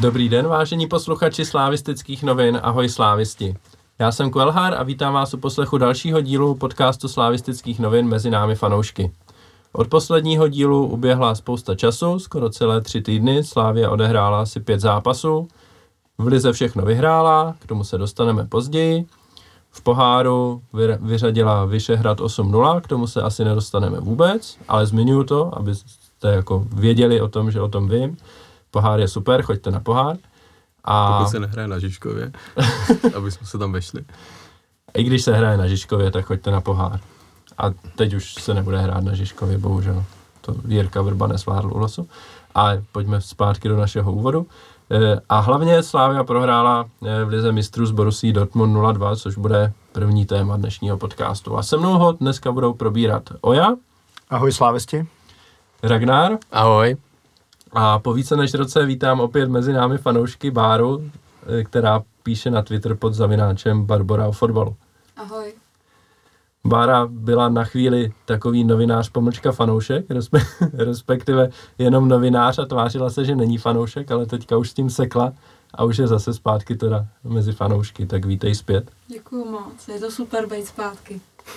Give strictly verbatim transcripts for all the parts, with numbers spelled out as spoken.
Dobrý den, vážení posluchači Slavistických novin, ahoj slávisti. Já jsem Kvelhár a vítám vás u poslechu dalšího dílu podcastu Slavistických novin Mezi námi fanoušky. Od posledního dílu uběhla spousta času, skoro celé tři týdny, Slavia odehrála asi pět zápasů, v lize všechno vyhrála, k tomu se dostaneme později, v poháru vyřadila Vyšehrad osm nula, k tomu se asi nedostaneme vůbec, ale zmiňuji to, abyste jako věděli o tom, že o tom vím. Pohár je super, choďte na pohár. A... Pokud se nehraje na Žižkově, aby jsme se tam vešli. I když se hraje na Žižkově, tak choďte na pohár. A teď už se nebude hrát na Žižkově, bohužel. To Jirka Vrba nesvládl u losu. A pojďme zpátky do našeho úvodu. A hlavně Slavia prohrála v lize mistrů s Borussií Dortmund nula dva, což bude první téma dnešního podcastu. A se mnou ho dneska budou probírat Oja. Ahoj slávisti. Ragnar. Ahoj. A po více než roce vítám opět mezi námi fanoušky Báru, která píše na Twitter pod zavináčem Barbora o fotbalu. Ahoj. Bára byla na chvíli takový novinář pomlčka fanoušek, respe- respektive jenom novinář a tvářila se, že není fanoušek, ale teďka už s tím sekla a už je zase zpátky teda mezi fanoušky, tak vítej zpět. Děkuju moc, je to super být zpátky.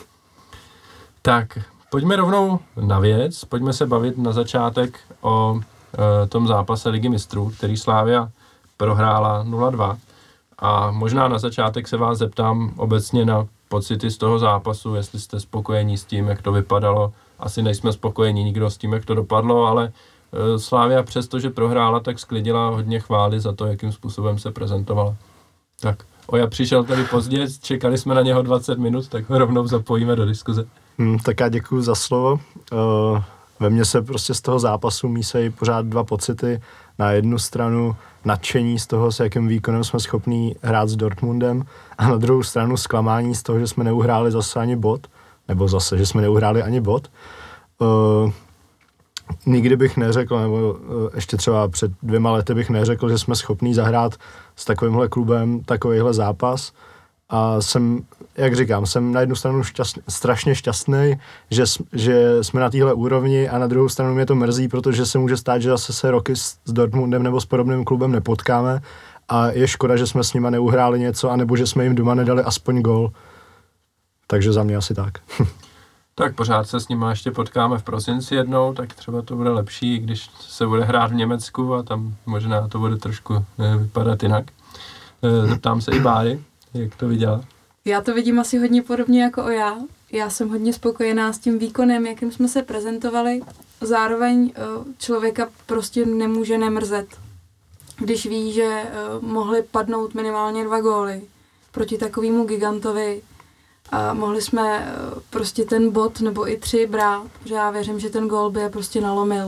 Tak, pojďme rovnou na věc, pojďme se bavit na začátek o e, tom zápase Ligy mistrů, který Slavia prohrála nula dva. A možná na začátek se vás zeptám obecně na pocity z toho zápasu, jestli jste spokojení s tím, jak to vypadalo. Asi nejsme spokojení nikdo s tím, jak to dopadlo, ale e, Slavia přestože prohrála, tak sklidila hodně chvály za to, jakým způsobem se prezentovala. Tak, Oja přišel tady pozdě, čekali jsme na něho dvacet minut, tak ho rovnou zapojíme do diskuze. Hmm, tak já děkuju za slovo. Uh, ve mně se prostě z toho zápasu mísejí pořád dva pocity. Na jednu stranu nadšení z toho, s jakým výkonem jsme schopní hrát s Dortmundem, a na druhou stranu zklamání z toho, že jsme neuhráli zase ani bod, nebo zase, že jsme neuhráli ani bod. Uh, nikdy bych neřekl, nebo uh, ještě třeba před dvěma lety bych neřekl, že jsme schopní zahrát s takovýmhle klubem takovýhle zápas. A jsem, jak říkám, jsem na jednu stranu šťastný, strašně šťastný, že, že jsme na téhle úrovni, a na druhou stranu mě to mrzí, protože se může stát, že zase se roky s, s Dortmundem nebo s podobným klubem nepotkáme a je škoda, že jsme s nima neuhráli něco, anebo že jsme jim doma nedali aspoň gól. Takže za mě asi tak. Tak pořád se s nima ještě potkáme v prosinci jednou, tak třeba to bude lepší, když se bude hrát v Německu a tam možná to bude trošku vypadat jinak. Zeptám se i Báry, jak to viděla? Já to vidím asi hodně podobně jako o já. Já jsem hodně spokojená s tím výkonem, jakým jsme se prezentovali. Zároveň člověka prostě nemůže nemrzet, když ví, že mohli padnout minimálně dva góly proti takovému gigantovi a mohli jsme prostě ten bod nebo i tři brát, protože já věřím, že ten gól by je prostě nalomil.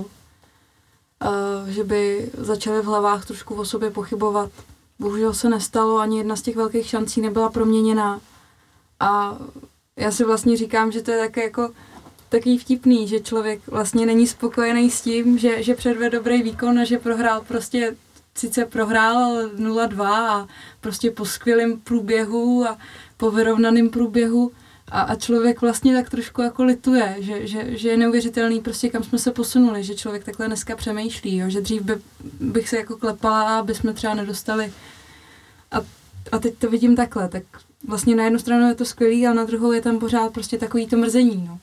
Že by začali v hlavách trošku o sobě pochybovat. Bohužel se nestalo, ani jedna z těch velkých šancí nebyla proměněná. A já si vlastně říkám, že to je také jako takový vtipný, že člověk vlastně není spokojený s tím, že, že předvedl dobrý výkon a že prohrál prostě, sice prohrál, ale nula dva a prostě po skvělém průběhu a po vyrovnaném průběhu a, a člověk vlastně tak trošku jako lituje, že, že, že je neuvěřitelný prostě kam jsme se posunuli, že člověk takhle dneska přemýšlí, jo, že dřív by, bych se jako klepala, aby jsme třeba nedostali a, a teď to vidím takhle, tak vlastně na jednu stranu je to skvělý, ale na druhou je tam pořád prostě takový to mrzení, no.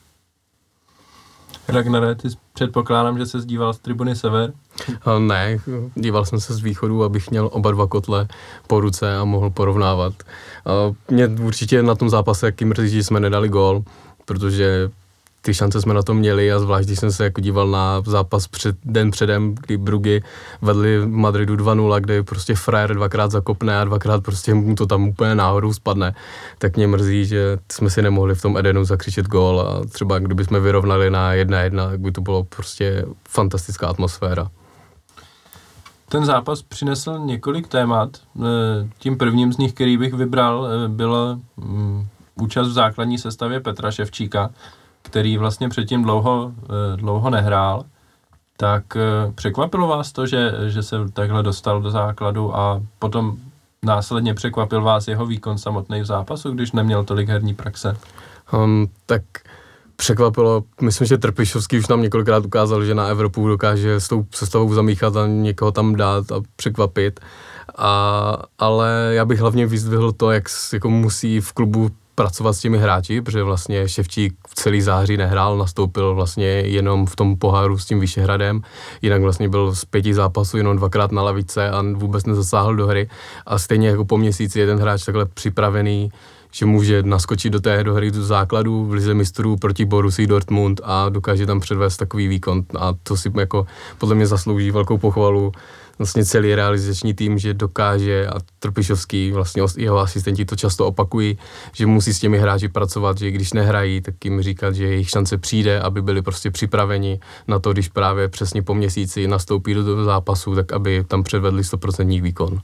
Ragnare, ty předpokládám, že se díval z tribuny Sever? Ne, díval jsem se z východu, abych měl oba dva kotle po ruce a mohl porovnávat. Mě určitě na tom zápase jaký mrzí, že jsme nedali gól, protože ty šance jsme na to měli a zvlášť, když jsem se jako díval na zápas před, den předem, kdy Bruggy vedli v Madridu dva nula, kde prostě frajer dvakrát zakopne a dvakrát prostě mu to tam úplně náhodou spadne, tak mě mrzí, že jsme si nemohli v tom Edenu zakřičet gól a třeba kdyby jsme vyrovnali na jedna jedna, tak by to bylo prostě fantastická atmosféra. Ten zápas přinesl několik témat. Tím prvním z nich, který bych vybral, byla účast v základní sestavě Petra Ševčíka, který vlastně předtím dlouho, dlouho nehrál. Tak překvapilo vás to, že, že se takhle dostal do základu a potom následně překvapil vás jeho výkon samotný v zápasu, když neměl tolik herní praxe? Um, tak překvapilo, myslím, že Trpišovský už nám několikrát ukázal, že na Evropu dokáže s tou sestavou zamíchat a někoho tam dát a překvapit. A, ale já bych hlavně vyzdvihl to, jak jako musí v klubu pracovat s těmi hráči, protože vlastně Ševčík v celý září nehrál, nastoupil vlastně jenom v tom poháru s tím Vyšehradem, jinak vlastně byl z pěti zápasů jenom dvakrát na lavice a vůbec nezasáhl do hry a stejně jako po měsíci jeden hráč takhle připravený, že může naskočit do té do hry do základu v lize mistrů proti Borussii Dortmund a dokáže tam předvést takový výkon a to si jako podle mě zaslouží velkou pochvalu vlastně celý realizační tým, že dokáže a Trpišovský, vlastně jeho asistenti to často opakují, že musí s těmi hráči pracovat, že když nehrají, tak jim říkat, že jejich šance přijde, aby byli prostě připraveni na to, když právě přesně po měsíci nastoupí do toho zápasu, tak aby tam předvedli sto procent výkon.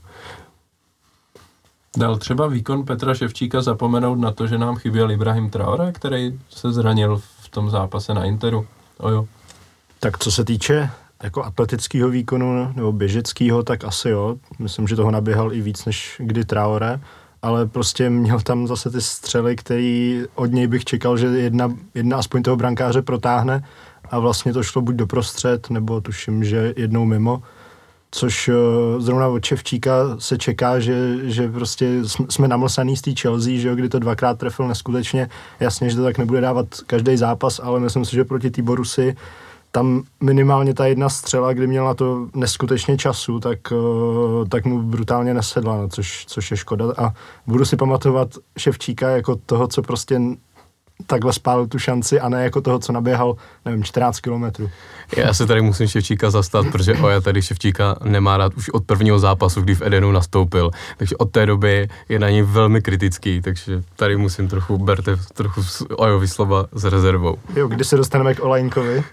Dal třeba výkon Petra Ševčíka zapomenout na to, že nám chyběl Ibrahim Traoré, který se zranil v tom zápase na Interu? Ojo. Tak co se týče jako atletického výkonu nebo běžeckého, tak asi jo. Myslím, že toho naběhal i víc než kdy Traoré, ale prostě měl tam zase ty střely, který od něj bych čekal, že jedna, jedna aspoň toho brankáře protáhne a vlastně to šlo buď doprostřed, nebo tuším, že jednou mimo. Což zrovna od Ševčíka se čeká, že, že prostě jsme namlsaný z té Chelsea, že jo, kdy to dvakrát trefil neskutečně. Jasně, že to tak nebude dávat každý zápas, ale myslím si, že proti té Borussii tam minimálně ta jedna střela, kdy měl na to neskutečně času, tak, tak mu brutálně nesedla, no, což, což je škoda. A budu si pamatovat Ševčíka jako toho, co prostě takhle spálil tu šanci a ne jako toho, co naběhal, nevím, čtrnáct kilometrů. Já se tady musím Ševčíka zastat, protože Oja tady Ševčíka nemá rád už od prvního zápasu, kdy v Edenu nastoupil. Takže od té doby je na něj velmi kritický, takže tady musím trochu, berte trochu Ojovi slova s rezervou. Jo, kdy se dostaneme k Olajnkovi?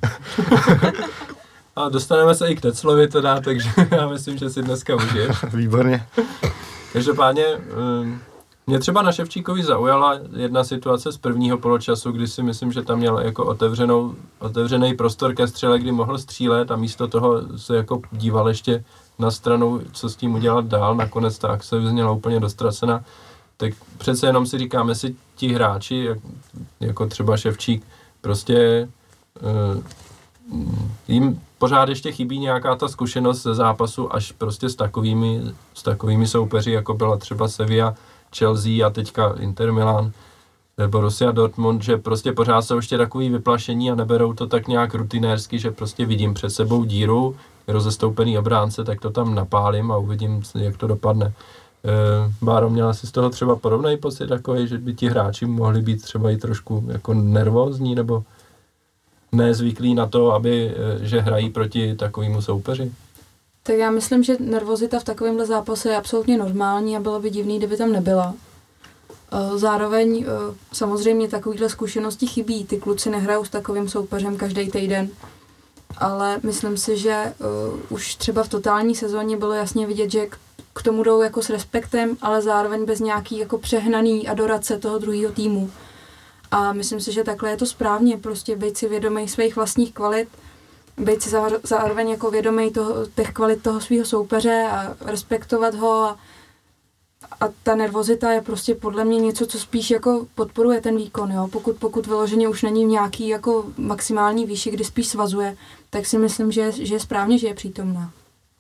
A dostaneme se i k Teclovi teda, takže já myslím, že si dneska užiješ. Výborně. Každopádně mě třeba na Ševčíkovi zaujala jedna situace z prvního poločasu, kdy si myslím, že tam měl jako otevřenou, otevřený prostor ke střele, kdy mohl střílet a místo toho se jako díval ještě na stranu, co s tím udělat dál. Nakonec ta akce vyzněla úplně dostracena. Tak přece jenom si říkáme, si ti hráči, jak, jako třeba Ševčík, prostě uh, jim pořád ještě chybí nějaká ta zkušenost ze zápasu až prostě s takovými, s takovými soupeři, jako byla třeba Sevilla, Chelsea a teďka Inter Milan, Borussia Dortmund, že prostě pořád jsou ještě takový vyplašení a neberou to tak nějak rutinérsky, že prostě vidím před sebou díru, rozestoupený obránce, tak to tam napálím a uvidím, jak to dopadne. E, Báro, měla si z toho třeba podobný pocit takový, že by ti hráči mohli být třeba i trošku jako nervózní nebo nezvyklí na to, aby, že hrají proti takovému soupeři? Tak já myslím, že nervozita v takovémhle zápase je absolutně normální a bylo by divný, kdyby tam nebyla. Zároveň samozřejmě takovýhle zkušenosti chybí. Ty kluci nehrajou s takovým soupeřem každý týden. Ale myslím si, že už třeba v totální sezóně bylo jasně vidět, že k tomu jdou jako s respektem, ale zároveň bez nějaký jako přehnaný adorace toho druhého týmu. A myslím si, že takhle je to správně, prostě být si vědomý svých vlastních kvalit, být si zároveň jako vědomý toho, těch kvalit toho svého soupeře a respektovat ho a, a ta nervozita je prostě podle mě něco, co spíš jako podporuje ten výkon, jo. Pokud, pokud vyloženě už není v nějaký jako maximální výši, kdy spíš svazuje, tak si myslím, že, že je správně, že je přítomná.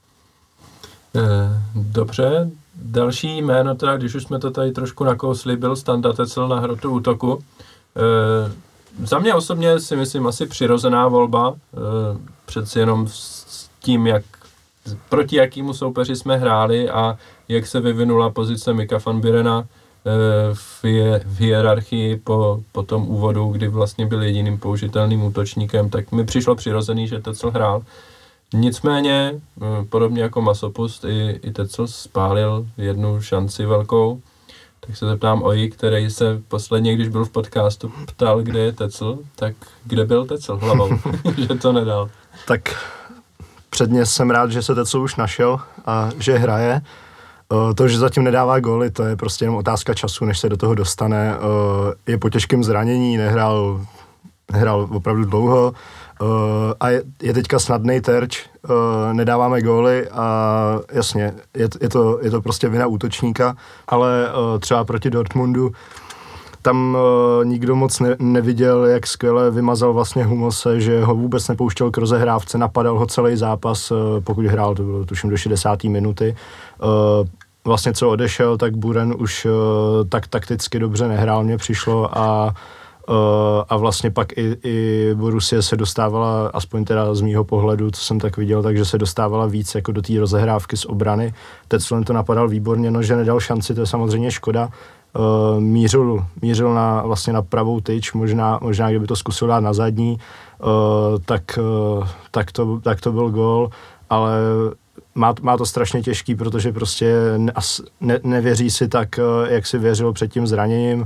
Dobře, další jméno, teda, když už jsme to tady trošku nakousli, byl Standa Tecl na hrotu útoku. E, za mě osobně si myslím asi přirozená volba, e, přeci jenom s tím, jak proti jakýmu soupeři jsme hráli a jak se vyvinula pozice Mika van Birena e, v, je, v hierarchii po, po tom úvodu, kdy vlastně byl jediným použitelným útočníkem, tak mi přišlo přirozený, že Tecl hrál. Nicméně, podobně jako Masopust, i, i Tecl spálil jednu šanci velkou. Tak se zeptám Oji, který se posledně, když byl v podcastu, ptal, kde je Tecl, tak kde byl Tecl hlavou, že to nedal. Tak předně jsem rád, že se Tecl už našel a že hraje. To, že zatím nedává góly, to je prostě jenom otázka času, než se do toho dostane. Je po těžkém zranění, nehrál, nehrál opravdu dlouho. Uh, a je, je teďka snadnej terč, uh, nedáváme góly a jasně, je, je, to, je to prostě vina útočníka, ale uh, třeba proti Dortmundu tam uh, nikdo moc ne, neviděl, jak skvěle vymazal vlastně Humose, že ho vůbec nepouštěl k rozehrávce, napadal ho celý zápas, uh, pokud hrál, to bylo tuším do šedesáté minuty. Uh, vlastně co odešel, tak Buren už uh, tak takticky dobře nehrál, mně přišlo a Uh, a vlastně pak i, i Borussia se dostávala, aspoň teda z mýho pohledu, co jsem tak viděl, takže se dostávala víc jako do té rozehrávky z obrany. Tetzlen to napadal výborně, no že nedal šanci, to je samozřejmě škoda. Uh, mířil, mířil na, vlastně na pravou tyč, možná, možná kdyby to zkusil dát na zadní, uh, tak, uh, tak, to, tak to byl gól, ale má, má to strašně těžký, protože prostě ne, ne, nevěří si tak, uh, jak si věřil před tím zraněním.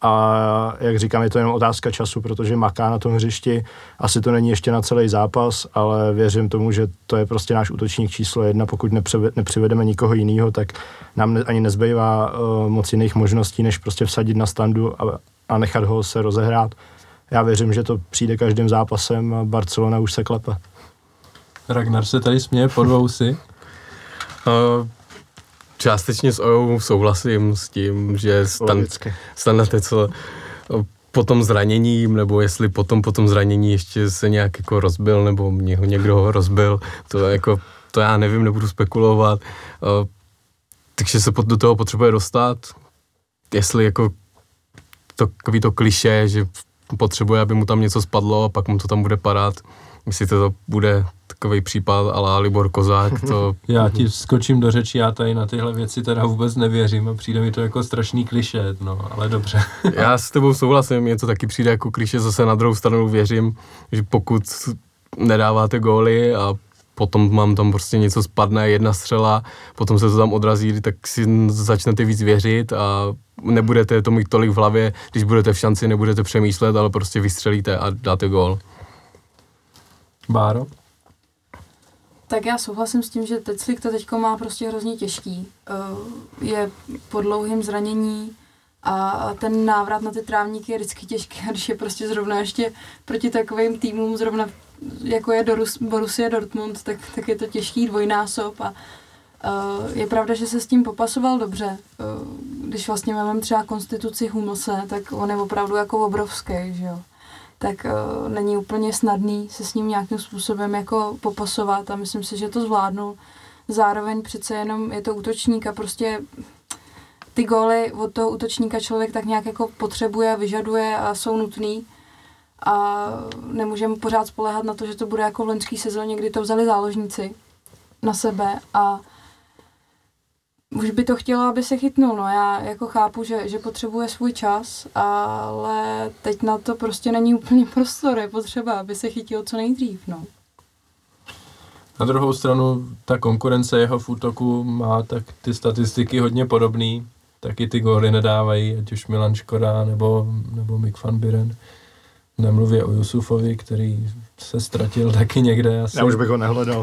A jak říkám, je to jenom otázka času, protože maká na tom hřišti. Asi to není ještě na celý zápas, ale věřím tomu, že to je prostě náš útočník číslo jedna. Pokud nepřivedeme nikoho jiného, tak nám ne, ani nezbývá uh, moc jiných možností, než prostě vsadit na standu a, a nechat ho se rozehrát. Já věřím, že to přijde každým zápasem a Barcelona už se klepe. Ragnar se tady směje po dvou si. Uh, částečně s Ojou souhlasím s tím, že Stan, Standa Tetzl po tom zranění, nebo jestli potom po tom zranění ještě se nějak jako rozbil, nebo mě ho někdo ho rozbil, to jako, to já nevím, nebudu spekulovat. Uh, takže se do toho potřebuje dostat. Jestli jako to, takový to klišé, že potřebuje, aby mu tam něco spadlo a pak mu to tam bude padat. Jestli to bude takový případ a la Libor Kozák, to... Já ti skočím do řeči, já tady na tyhle věci teda vůbec nevěřím a přijde mi to jako strašný klišé, no, ale dobře. Já s tebou souhlasím, mě to taky přijde jako klišé, zase na druhou stranu věřím, že pokud nedáváte góly a potom mám tam prostě něco spadne, jedna střela, potom se to tam odrazí, tak si začnete víc věřit a nebudete to mít tolik v hlavě, když budete v šanci, nebudete přemýšlet, ale prostě vystřelíte a dáte gól. Báro? Tak já souhlasím s tím, že Tetzlík to teďko má prostě hrozně těžký. Je po dlouhém zranění a ten návrat na ty trávníky je vždycky těžký, a když je prostě zrovna ještě proti takovým týmům, zrovna jako je Borussia Dortmund, tak, tak je to těžký dvojnásob a je pravda, že se s tím popasoval dobře. Když vlastně mám třeba konstituci Humose, tak on je opravdu jako obrovský, že jo. Tak uh, není úplně snadný se s ním nějakým způsobem jako popasovat a myslím si, že to zvládnul. Zároveň přece jenom je to útočník a prostě ty góly od toho útočníka člověk tak nějak jako potřebuje, vyžaduje a jsou nutný a nemůžeme pořád spoléhat na to, že to bude jako v loňský sezóně, kdy to vzali záložníci na sebe a už by to chtělo, aby se chytnul, no já jako chápu, že, že potřebuje svůj čas, ale teď na to prostě není úplně prostor, je potřeba, aby se chytil co nejdřív, no. Na druhou stranu, ta konkurence jeho v útoku má tak ty statistiky hodně podobný, taky ty góly nedávají, ať už Milan Škoda nebo, nebo Mick van Buren. Nemluvě o Jusufovi, který se ztratil taky někde. Asi. Já už bych ho nehledal.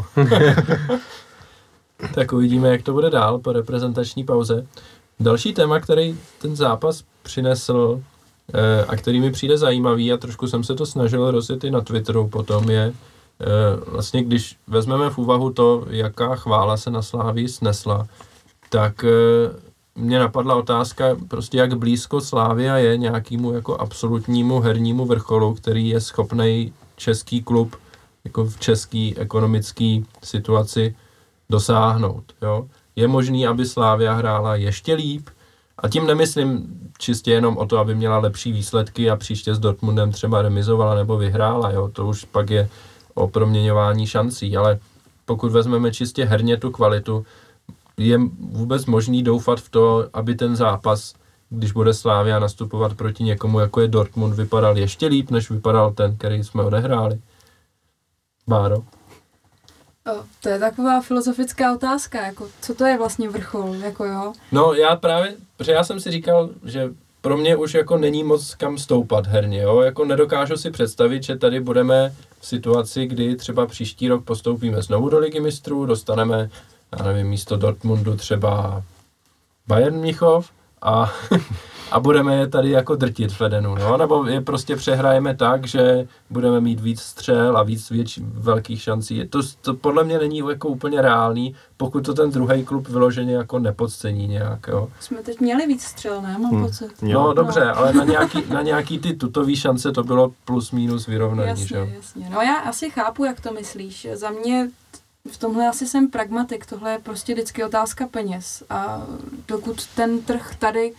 Tak uvidíme, jak to bude dál po reprezentační pauze. Další téma, který ten zápas přinesl eh, a který mi přijde zajímavý a trošku jsem se to snažil rozjet i na Twitteru potom je, eh, vlastně když vezmeme v úvahu to, jaká chvála se na Slávii snesla, tak eh, mě napadla otázka, prostě jak blízko Slavia je nějakému jako absolutnímu hernímu vrcholu, který je schopný český klub jako v české ekonomické situaci dosáhnout. Jo? Je možný, aby Slavia hrála ještě líp a tím nemyslím čistě jenom o to, aby měla lepší výsledky a příště s Dortmundem třeba remizovala nebo vyhrála. Jo? To už pak je o proměňování šancí, ale pokud vezmeme čistě herně tu kvalitu, je vůbec možný doufat v to, aby ten zápas, když bude Slavia nastupovat proti někomu, jako je Dortmund, vypadal ještě líp, než vypadal ten, který jsme odehráli? Báro? O, to je taková filozofická otázka, jako co to je vlastně vrchol, jako jo? No já právě, protože já jsem si říkal, že pro mě už jako není moc kam stoupat herně, jo, jako nedokážu si představit, že tady budeme v situaci, kdy třeba příští rok postoupíme znovu do Ligy mistrů, dostaneme, já nevím, místo Dortmundu třeba Bayern Mnichov a a budeme je tady jako drtit v Edenu, no? Nebo je prostě přehrajeme tak, že budeme mít víc střel a víc větší, velkých šancí. To, to podle mě není jako úplně reálný, pokud to ten druhý klub vyloženě jako nepodcení nějak, jo. Jsme teď měli víc střel, ne? Mám hmm. pocit. No, no dobře, ale na nějaký, na nějaký ty tutový šance to bylo plus minus vyrovnaný, jasně, že jo. Jasně, no já asi chápu, jak to myslíš. Za mě v tomhle asi jsem pragmatik, tohle je prostě vždycky otázka peněz a dokud ten trh tady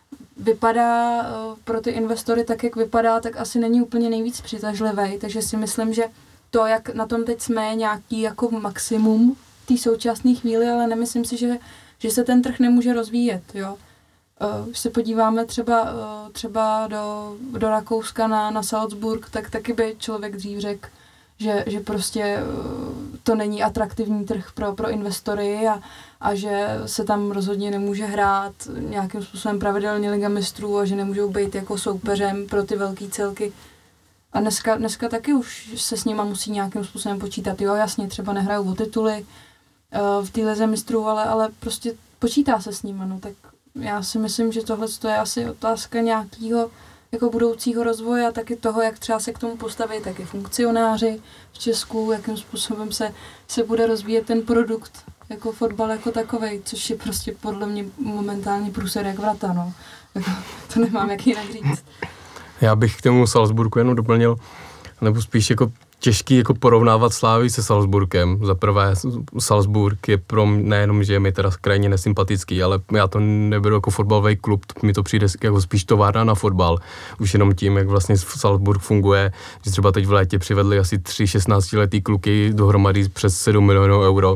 vypadá pro ty investory tak, jak vypadá, tak asi není úplně nejvíc přitažlivý, takže si myslím, že to, jak na tom teď jsme, je nějaký jako maximum té současné chvíli, ale nemyslím si, že, že se ten trh nemůže rozvíjet, jo. Když se podíváme třeba, třeba do, do Rakouska na, na Salzburg, tak taky by člověk dřív řekl, že, že prostě to není atraktivní trh pro, pro investory a, a že se tam rozhodně nemůže hrát nějakým způsobem pravidelně Liga mistrů a že nemůžou být jako soupeřem pro ty velký celky. A dneska, dneska taky už se s nima musí nějakým způsobem počítat. Jo, jasně, třeba nehrajou o tituly uh, v té Lize mistrů, ale, ale prostě počítá se s nima. No, tak já si myslím, že tohle je asi otázka nějakého jako budoucího rozvoje a taky toho, jak třeba se k tomu postaví taky funkcionáři v Česku, jakým způsobem se, se bude rozvíjet ten produkt jako fotbal jako takovej, což je prostě podle mě momentálně průser jak vrata, no. To nemám jak jinak říct. Já bych k tomu Salzburgu jenom doplnil, nebo spíš jako těžký jako porovnávat Slávii se Salzburgem. Za prvé, Salzburg je pro mě, nejenom, že je mi teda krajně nesympatický, ale já to neberu jako fotbalový klub, mi to přijde jako spíš továrna na fotbal. Už jenom tím, jak vlastně Salzburg funguje, že třeba teď v létě přivedli asi tři šestnáctiletý kluky dohromady přes sedm milionů euro.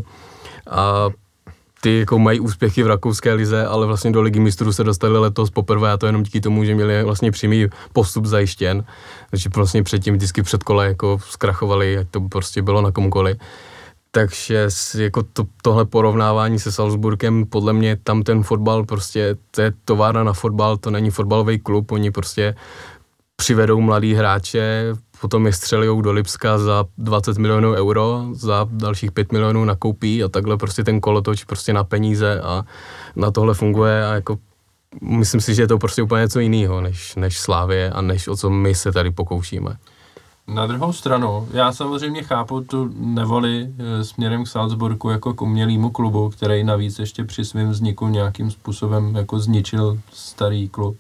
A ty jako mají úspěchy v rakouské lize, ale vlastně do Ligy mistrů se dostali letos poprvé a to jenom díky tomu, že měli vlastně přímý postup zajištěn. Takže vlastně předtím vždycky před kole jako zkrachovali, ať to prostě bylo na komukoli. Takže jako to, tohle porovnávání se Salzburgem, podle mě tam ten fotbal prostě, to je továrna na fotbal, to není fotbalový klub, oni prostě přivedou mladý hráče, potom je střelijou do Lipska za dvacet milionů euro, za dalších pět milionů nakoupí a takhle prostě ten kolotoč prostě na peníze a na tohle funguje a jako myslím si, že je to prostě úplně něco jiného než, než Slavie a než o co my se tady pokoušíme. Na druhou stranu, já samozřejmě chápu tu nevoli e, směrem k Salzburgu jako k umělému klubu, který navíc ještě při svém vzniku nějakým způsobem jako zničil starý klub.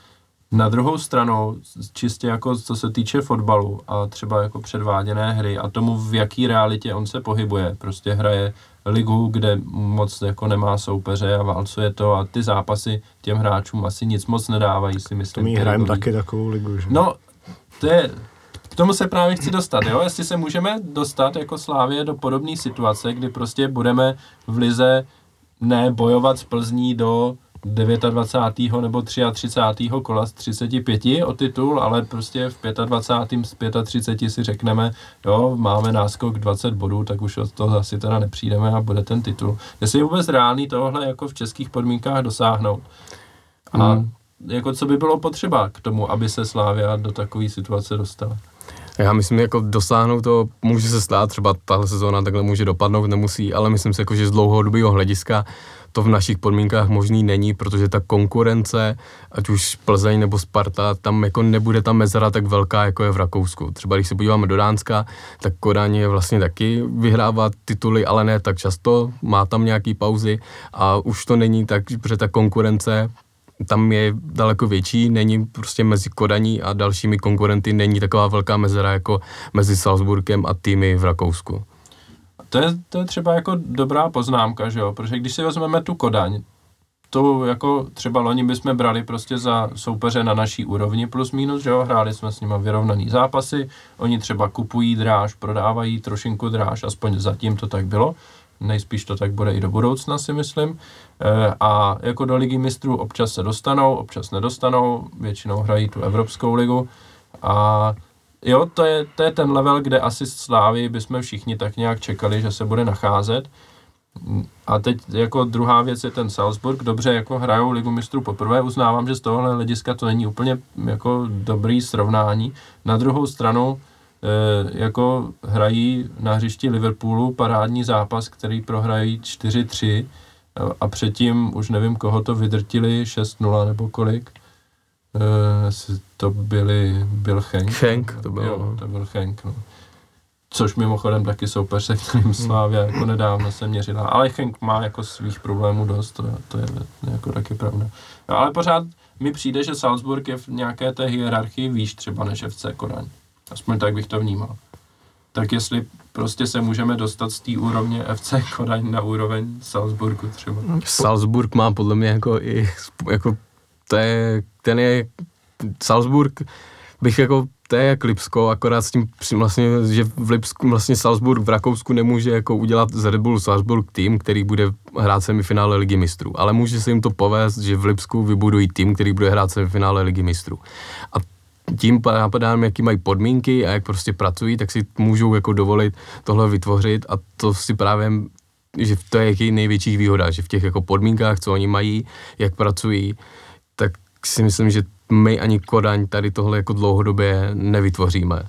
Na druhou stranu, čistě jako co se týče fotbalu a třeba jako předváděné hry a tomu, v jaký realitě on se pohybuje, prostě hraje ligu, kde moc jako nemá soupeře a válcuje to a ty zápasy těm hráčům asi nic moc nedávají, si myslím. To my hrajeme taky takovou ligu, že? No, to je, k tomu se právě chci dostat, jo, jestli se můžeme dostat jako Slavie do podobné situace, kdy prostě budeme v lize ne bojovat s Plzní do dvacátého devátého nebo třicátého třetího kola z třiceti pěti o titul, ale prostě v dvacátém pátém z třiceti pěti si řekneme, jo, máme náskok dvacet bodů, tak už od toho asi teda nepřijdeme a bude ten titul. Jestli je vůbec reálný tohle jako v českých podmínkách dosáhnout. A hmm. jako co by bylo potřeba k tomu, aby se Slavia do takové situace dostala? Já myslím, jako dosáhnout to může se stát, třeba tahle sezóna takhle může dopadnout, nemusí, ale myslím si, jako, že z dlouhodobého hlediska to v našich podmínkách možný není, protože ta konkurence, ať už Plzeň nebo Sparta, tam jako nebude ta mezera tak velká, jako je v Rakousku. Třeba když se podíváme do Dánska, tak Kodaň je vlastně taky vyhrává tituly, ale ne tak často, má tam nějaký pauzy a už to není tak, protože ta konkurence tam je daleko větší, není prostě mezi Kodaní a dalšími konkurenty, není taková velká mezera jako mezi Salzburgem a týmy v Rakousku. To je, to je třeba jako dobrá poznámka, že jo, protože když si vezmeme tu Kodaň, to jako třeba loni bychom brali prostě za soupeře na naší úrovni plus minus, že jo, hráli jsme s nima vyrovnaný zápasy, oni třeba kupují dráž, prodávají trošinku dráž, aspoň zatím to tak bylo, nejspíš to tak bude i do budoucna, si myslím. E, a jako do Ligy mistrů občas se dostanou, občas nedostanou, většinou hrají tu Evropskou ligu a jo, to je, to je ten level, kde asi Slávii bychom všichni tak nějak čekali, že se bude nacházet. A teď jako druhá věc je ten Salzburg, dobře jako hrajou Ligu mistrů poprvé, uznávám, že z tohohle hlediska to není úplně jako dobrý srovnání. Na druhou stranu e, jako hrají na hřišti Liverpoolu parádní zápas, který prohrají čtyři tři a předtím už nevím, koho to vydrtili šest nula nebo kolik. Uh, to byli, byl Henk. Henk to byl, jo, no. to byl Henk, no. Což mimochodem taky soupeř, se kterým Slavia jako nedávno se měřila. Ale Henk má jako svých problémů dost, to, to je jako taky pravda. No, ale pořád mi přijde, že Salzburg je v nějaké té hierarchii výš třeba než F C Kodaň. Aspoň tak bych to vnímal. Tak jestli prostě se můžeme dostat z té úrovně F C Kodaň na úroveň Salzburgu třeba. Salzburg má podle mě jako i, jako to je, ten je, Salzburg bych jako, to je jak Lipsko, akorát s tím vlastně, že v Lipsku, vlastně Salzburg v Rakousku nemůže jako udělat z Red Bull Salzburg tým, který bude hrát semifinále Ligy mistrů, ale může se jim to povést, že v Lipsku vybudují tým, který bude hrát semifinále Ligy mistrů. A tím napadám, jaký mají podmínky a jak prostě pracují, tak si můžou jako dovolit tohle vytvořit a to si právě, že to je jaký největší výhoda, že v těch jako podmínkách, co oni mají, jak pracují, tak si myslím, že my ani Kodaň tady tohle jako dlouhodobě nevytvoříme.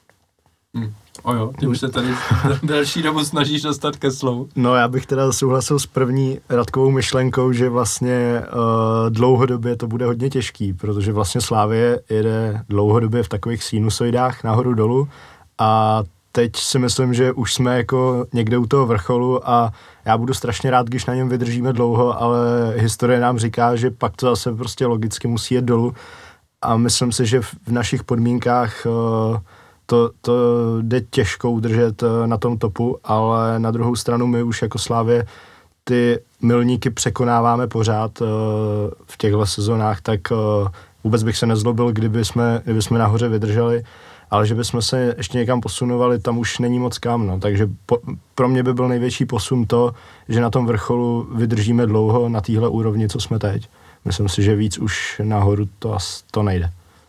Hmm. O jo, ty už se tady další dobu snažíš dostat ke slovu. No já bych teda souhlasil s první Radkovou myšlenkou, že vlastně uh, dlouhodobě to bude hodně těžký, protože vlastně Slavie jede dlouhodobě v takových sinusoidách nahoru dolů a teď si myslím, že už jsme jako někde u toho vrcholu a já budu strašně rád, když na něm vydržíme dlouho, ale historie nám říká, že pak to zase prostě logicky musí jet dolů a myslím si, že v našich podmínkách uh, To, to jde těžko udržet na tom topu, ale na druhou stranu my už jako Slavie ty milníky překonáváme pořád uh, v těchto sezónách, tak uh, vůbec bych se nezlobil, kdyby jsme, kdyby jsme nahoře vydrželi, ale že bychom se ještě někam posunovali, tam už není moc kam, no. Takže po, pro mě by byl největší posun to, že na tom vrcholu vydržíme dlouho na téhle úrovni, co jsme teď. Myslím si, že víc už nahoru to, to nejde.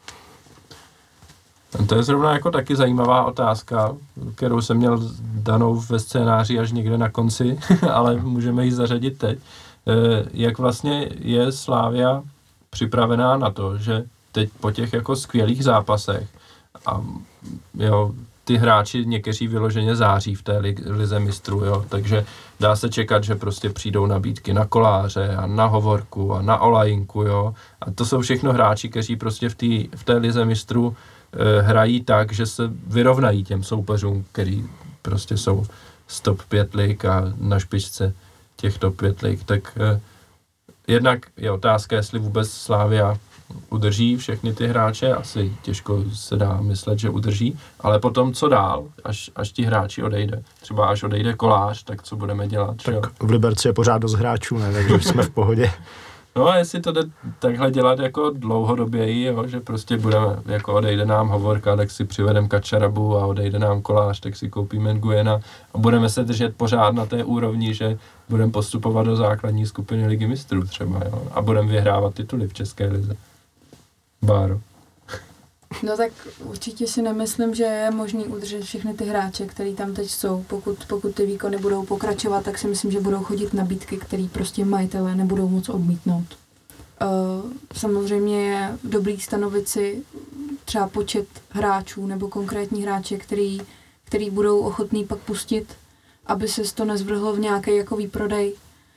To je zrovna jako taky zajímavá otázka, kterou jsem měl danou ve scénáři až někde na konci, ale můžeme ji zařadit teď. Jak vlastně je Slavia připravená na to, že teď po těch jako skvělých zápasech a jo, ty hráči někteří vyloženě září v té lize mistrů, jo, takže dá se čekat, že prostě přijdou nabídky na Koláře a na Hovorku a na Olajinku, jo, a to jsou všechno hráči, kteří prostě v, tý, v té lize mistrů hrají tak, že se vyrovnají těm soupeřům, který prostě jsou z top pět lig a na špičce těch top pět lig. Tak eh, jednak je otázka, jestli vůbec Slavia udrží všechny ty hráče, asi těžko se dá myslet, že udrží, ale potom co dál, až, až ti hráči odejde. Třeba až odejde Kolář, tak co budeme dělat? Tak jo? v Liberci je pořád dost hráčů, ne? Takže jsme v pohodě. No a jestli to jde takhle dělat jako dlouhodoběji, jo, že prostě budeme, jako odejde nám Hovorka, tak si přivedeme Kačarabu a odejde nám Kolář, tak si koupíme Nguyena a budeme se držet pořád na té úrovni, že budeme postupovat do základní skupiny Ligy mistrů třeba, jo, a budeme vyhrávat tituly v České lize. Báro. No tak určitě si nemyslím, že je možný udržet všechny ty hráče, který tam teď jsou. Pokud, pokud ty výkony budou pokračovat, tak si myslím, že budou chodit nabídky, které prostě majitelé nebudou moc odmítnout. Uh, samozřejmě je dobrý stanovit si třeba počet hráčů nebo konkrétní hráče, který, který budou ochotní pak pustit, aby se to nezvrhlo v nějaký jako výprodej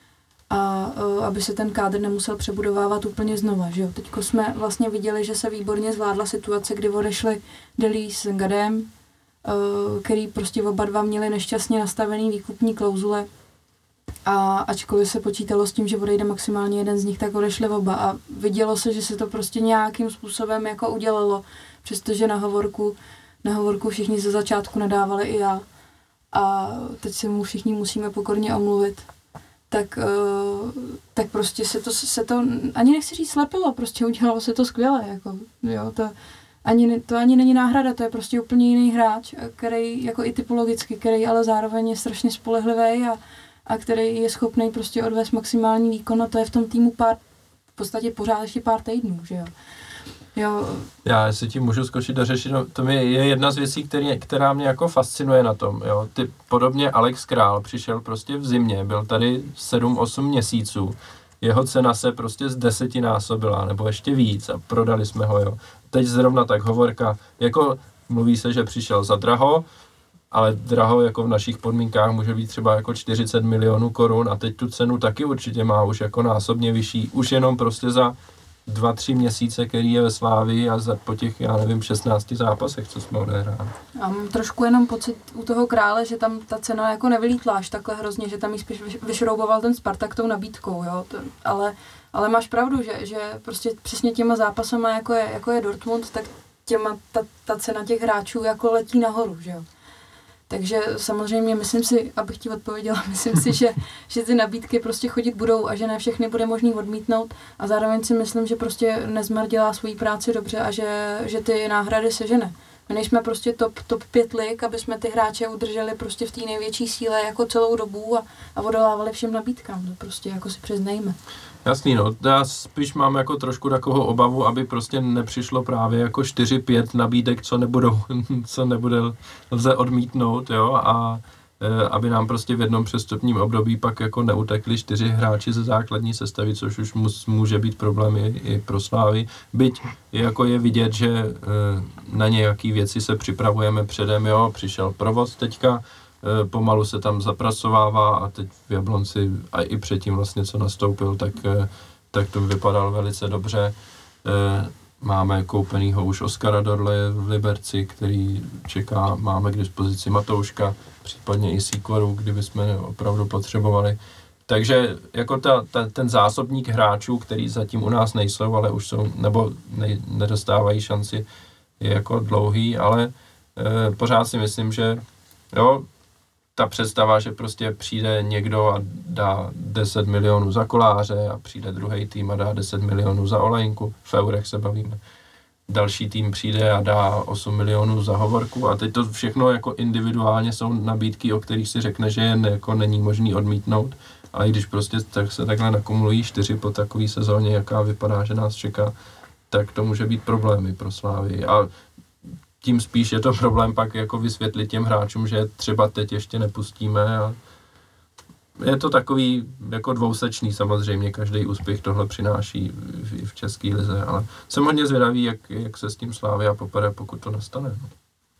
a uh, aby se ten kádr nemusel přebudovávat úplně znova, že jo. Teďko jsme vlastně viděli, že se výborně zvládla situace, kdy odešli Delí s Ngadem, uh, který prostě oba dva měli nešťastně nastavený výkupní klauzule a ačkoliv se počítalo s tím, že odejde maximálně jeden z nich, tak odešli oba a vidělo se, že se to prostě nějakým způsobem jako udělalo, přestože na Hovorku, na Hovorku všichni ze začátku nadávali i já a teď se mu všichni musíme pokorně omluvit. Tak, uh, tak prostě se to, se to, ani nechci říct slepilo, prostě udělalo se to skvěle, jako, jo, to ani, to ani není náhrada, to je prostě úplně jiný hráč, který, jako i typologicky, který ale zároveň je strašně spolehlivý a, a který je schopný prostě odvést maximální výkon a to je v tom týmu pár, v podstatě pořád ještě pár týdnů, že jo. Jo. Já si tím můžu skočit do řešit, no, to je jedna z věcí, který, která mě jako fascinuje na tom, jo. Ty, podobně Alex Král přišel prostě v zimě, byl tady sedm osm měsíců, jeho cena se prostě z desetinásobila, nebo ještě víc a prodali jsme ho, jo. Teď zrovna tak Hovorka, jako mluví se, že přišel za draho, ale draho jako v našich podmínkách může být třeba jako čtyřicet milionů korun a teď tu cenu taky určitě má už jako násobně vyšší, už jenom prostě za dva, tři měsíce, který je ve Slávii a za, po těch, já nevím, šestnácti zápasech, co jsme odehráli. A mám trošku jenom pocit u toho Krále, že tam ta cena jako nevylítla až takhle hrozně, že tam jí spíš vyšrouboval ten Spartak tou nabídkou, jo, to, ale, ale máš pravdu, že, že prostě přesně těma zápasama, jako je, jako je Dortmund, tak těma ta, ta cena těch hráčů jako letí nahoru, že jo. Takže samozřejmě myslím si, abych ti odpověděla, myslím si, že, že ty nabídky prostě chodit budou a že ne všechny bude možný odmítnout a zároveň si myslím, že prostě Nezmar dělá svoji práci dobře a že, že ty náhrady sežene. My nejsme prostě top, top pět lig, aby jsme ty hráče udrželi prostě v té největší síle jako celou dobu a, a odolávali všem nabídkám, to prostě jako si přiznejme. Jasný, no, já spíš mám jako trošku takovou obavu, aby prostě nepřišlo právě jako čtyři pět nabídek, co nebudou, co nebude lze odmítnout, jo, a e, aby nám prostě v jednom přestupním období pak jako neutekli čtyři hráči ze základní sestavy, což už mus, může být problém i, i pro Slávy. Byť jako je vidět, že e, na nějaký věci se připravujeme předem, jo, přišel provoz teďka, pomalu se tam zapracovává a teď v Jablonci a i předtím vlastně, co nastoupil, tak, tak to vypadalo velice dobře. Máme koupenýho už Oskara Dorle v Liberci, který čeká, máme k dispozici Matouška, případně i Sikoru, kdyby jsme opravdu potřebovali. Takže jako ta, ta, ten zásobník hráčů, který zatím u nás nejsou, ale už jsou, nebo ne, nedostávají šanci, je jako dlouhý, ale e, pořád si myslím, že jo, ta představa, že prostě přijde někdo a dá deset milionů za Koláře a přijde druhý tým a dá deset milionů za Olejnku, v eurech se bavíme. Další tým přijde a dá osm milionů za Hovorku a teď to všechno jako individuálně jsou nabídky, o kterých si řekne, že jen jako není možný odmítnout, ale když prostě tak se takhle nakumulují čtyři po takové sezóně, jaká vypadá, že nás čeká, tak to může být problémy pro Slávy. A tím spíš je to problém pak jako vysvětlit těm hráčům, že třeba teď ještě nepustíme a je to takový jako dvousečný samozřejmě, každý úspěch tohle přináší v, v české lize, ale jsem hodně zvědavý, jak, jak se s tím Slavia popere, pokud to nastane. No,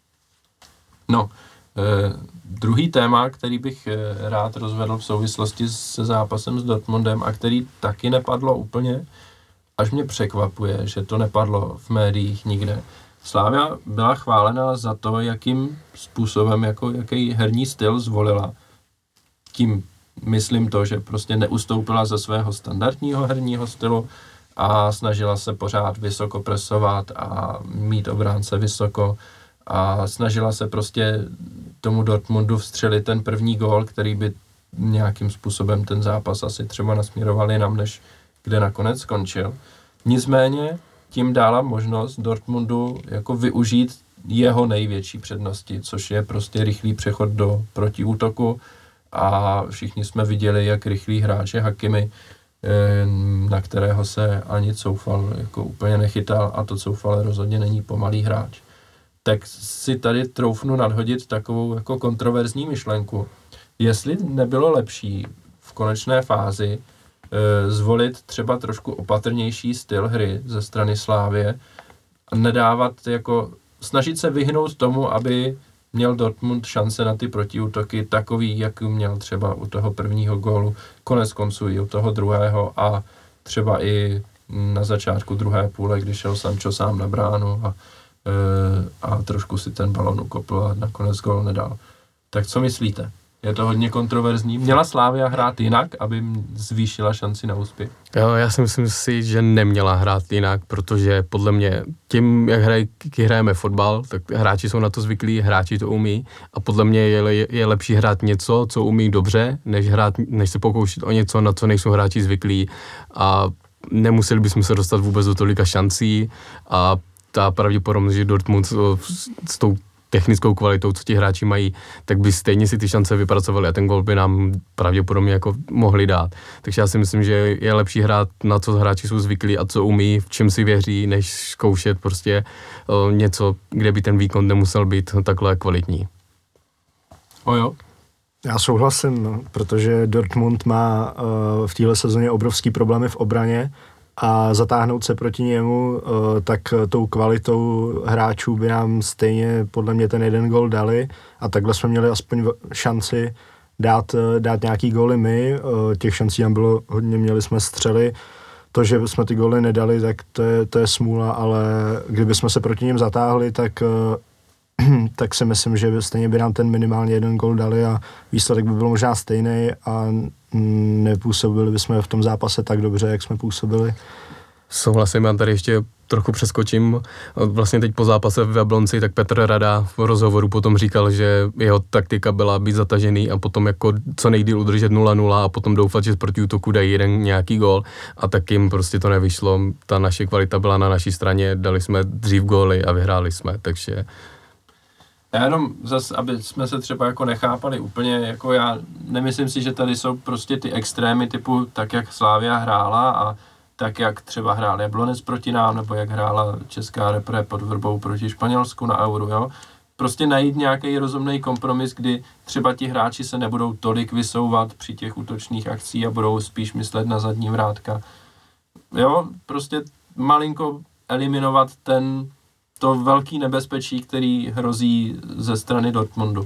no eh, druhý téma, který bych eh, rád rozvedl v souvislosti se zápasem s Dortmundem a který taky nepadlo úplně, až mě překvapuje, že to nepadlo v médiích nikde. Slavia byla chválena za to, jakým způsobem, jako jaký herní styl zvolila. Tím myslím to, že prostě neustoupila ze svého standardního herního stylu a snažila se pořád vysoko presovat a mít obránce vysoko a snažila se prostě tomu Dortmundu vstřelit ten první gól, který by nějakým způsobem ten zápas asi třeba nasměroval jinam, než kde nakonec skončil. Nicméně tím dala možnost Dortmundu jako využít jeho největší přednosti, což je prostě rychlý přechod do protiútoku a všichni jsme viděli, jak rychlý hráč je Hakimi, na kterého se ani Coufal jako úplně nechytal a to Coufal rozhodně není pomalý hráč. Tak si tady troufnu nadhodit takovou jako kontroverzní myšlenku. Jestli nebylo lepší v konečné fázi zvolit třeba trošku opatrnější styl hry ze strany Slávie a nedávat jako, snažit se vyhnout tomu, aby měl Dortmund šance na ty protiútoky takový, jak měl třeba u toho prvního gólu, konec konců i u toho druhého a třeba i na začátku druhé půle, když šel Sancho sám na bránu a, a trošku si ten balon ukopl a nakonec gól nedal. Tak co myslíte? Je to hodně kontroverzní. Měla Slavia hrát jinak, aby zvýšila šanci na úspěch? Jo, já si myslím si, že neměla hrát jinak, protože podle mě tím, jak hraj, hrajeme fotbal, tak hráči jsou na to zvyklí, hráči to umí a podle mě je, je lepší hrát něco, co umí dobře, než, hrát, než se pokoušet o něco, na co nejsou hráči zvyklí a nemuseli bychom se dostat vůbec do tolika šancí a ta pravděpodobnost, že Dortmund s, s tou technickou kvalitou, co ti hráči mají, tak by stejně si ty šance vypracovali a ten gól by nám pravděpodobně jako mohli dát. Takže já si myslím, že je lepší hrát na co hráči jsou zvyklí a co umí, v čem si věří, než zkoušet prostě uh, něco, kde by ten výkon nemusel být takhle kvalitní. O jo. Já souhlasím, no, protože Dortmund má uh, v téhle sezóně obrovský problémy v obraně a zatáhnout se proti němu, tak tou kvalitou hráčů by nám stejně podle mě ten jeden gól dali a takhle jsme měli aspoň šanci dát, dát nějaký góly my. Těch šancí nám bylo hodně, měli jsme střely, to, že jsme ty góly nedali, tak to je, to je smůla, ale kdyby jsme se proti nim zatáhli, tak, tak si myslím, že stejně by nám ten minimálně jeden gól dali a výsledek by byl možná stejný a nepůsobili bychom v tom zápase tak dobře, jak jsme působili. Souhlasím, já tady ještě trochu přeskočím. Vlastně teď po zápase v Jablonci, tak Petr Rada v rozhovoru potom říkal, že jeho taktika byla být zatažený a potom jako co nejdýl udržet nula nula a potom doufat, že proti útoku dají jeden nějaký gól a tak jim prostě to nevyšlo. Ta naše kvalita byla na naší straně, dali jsme dřív góly a vyhráli jsme, takže... Já jenom zase, aby jsme se třeba jako nechápali úplně, jako já nemyslím si, že tady jsou prostě ty extrémy typu tak, jak Slavia hrála a tak, jak třeba hrál Jablonec proti nám, nebo jak hrála česká repre pod Vrbou proti Španělsku na Euru, jo. Prostě najít nějaký rozumný kompromis, kdy třeba ti hráči se nebudou tolik vysouvat při těch útočných akcích a budou spíš myslet na zadní vrátka. Jo, prostě malinko eliminovat ten, to velký nebezpečí, který hrozí ze strany Dortmundu.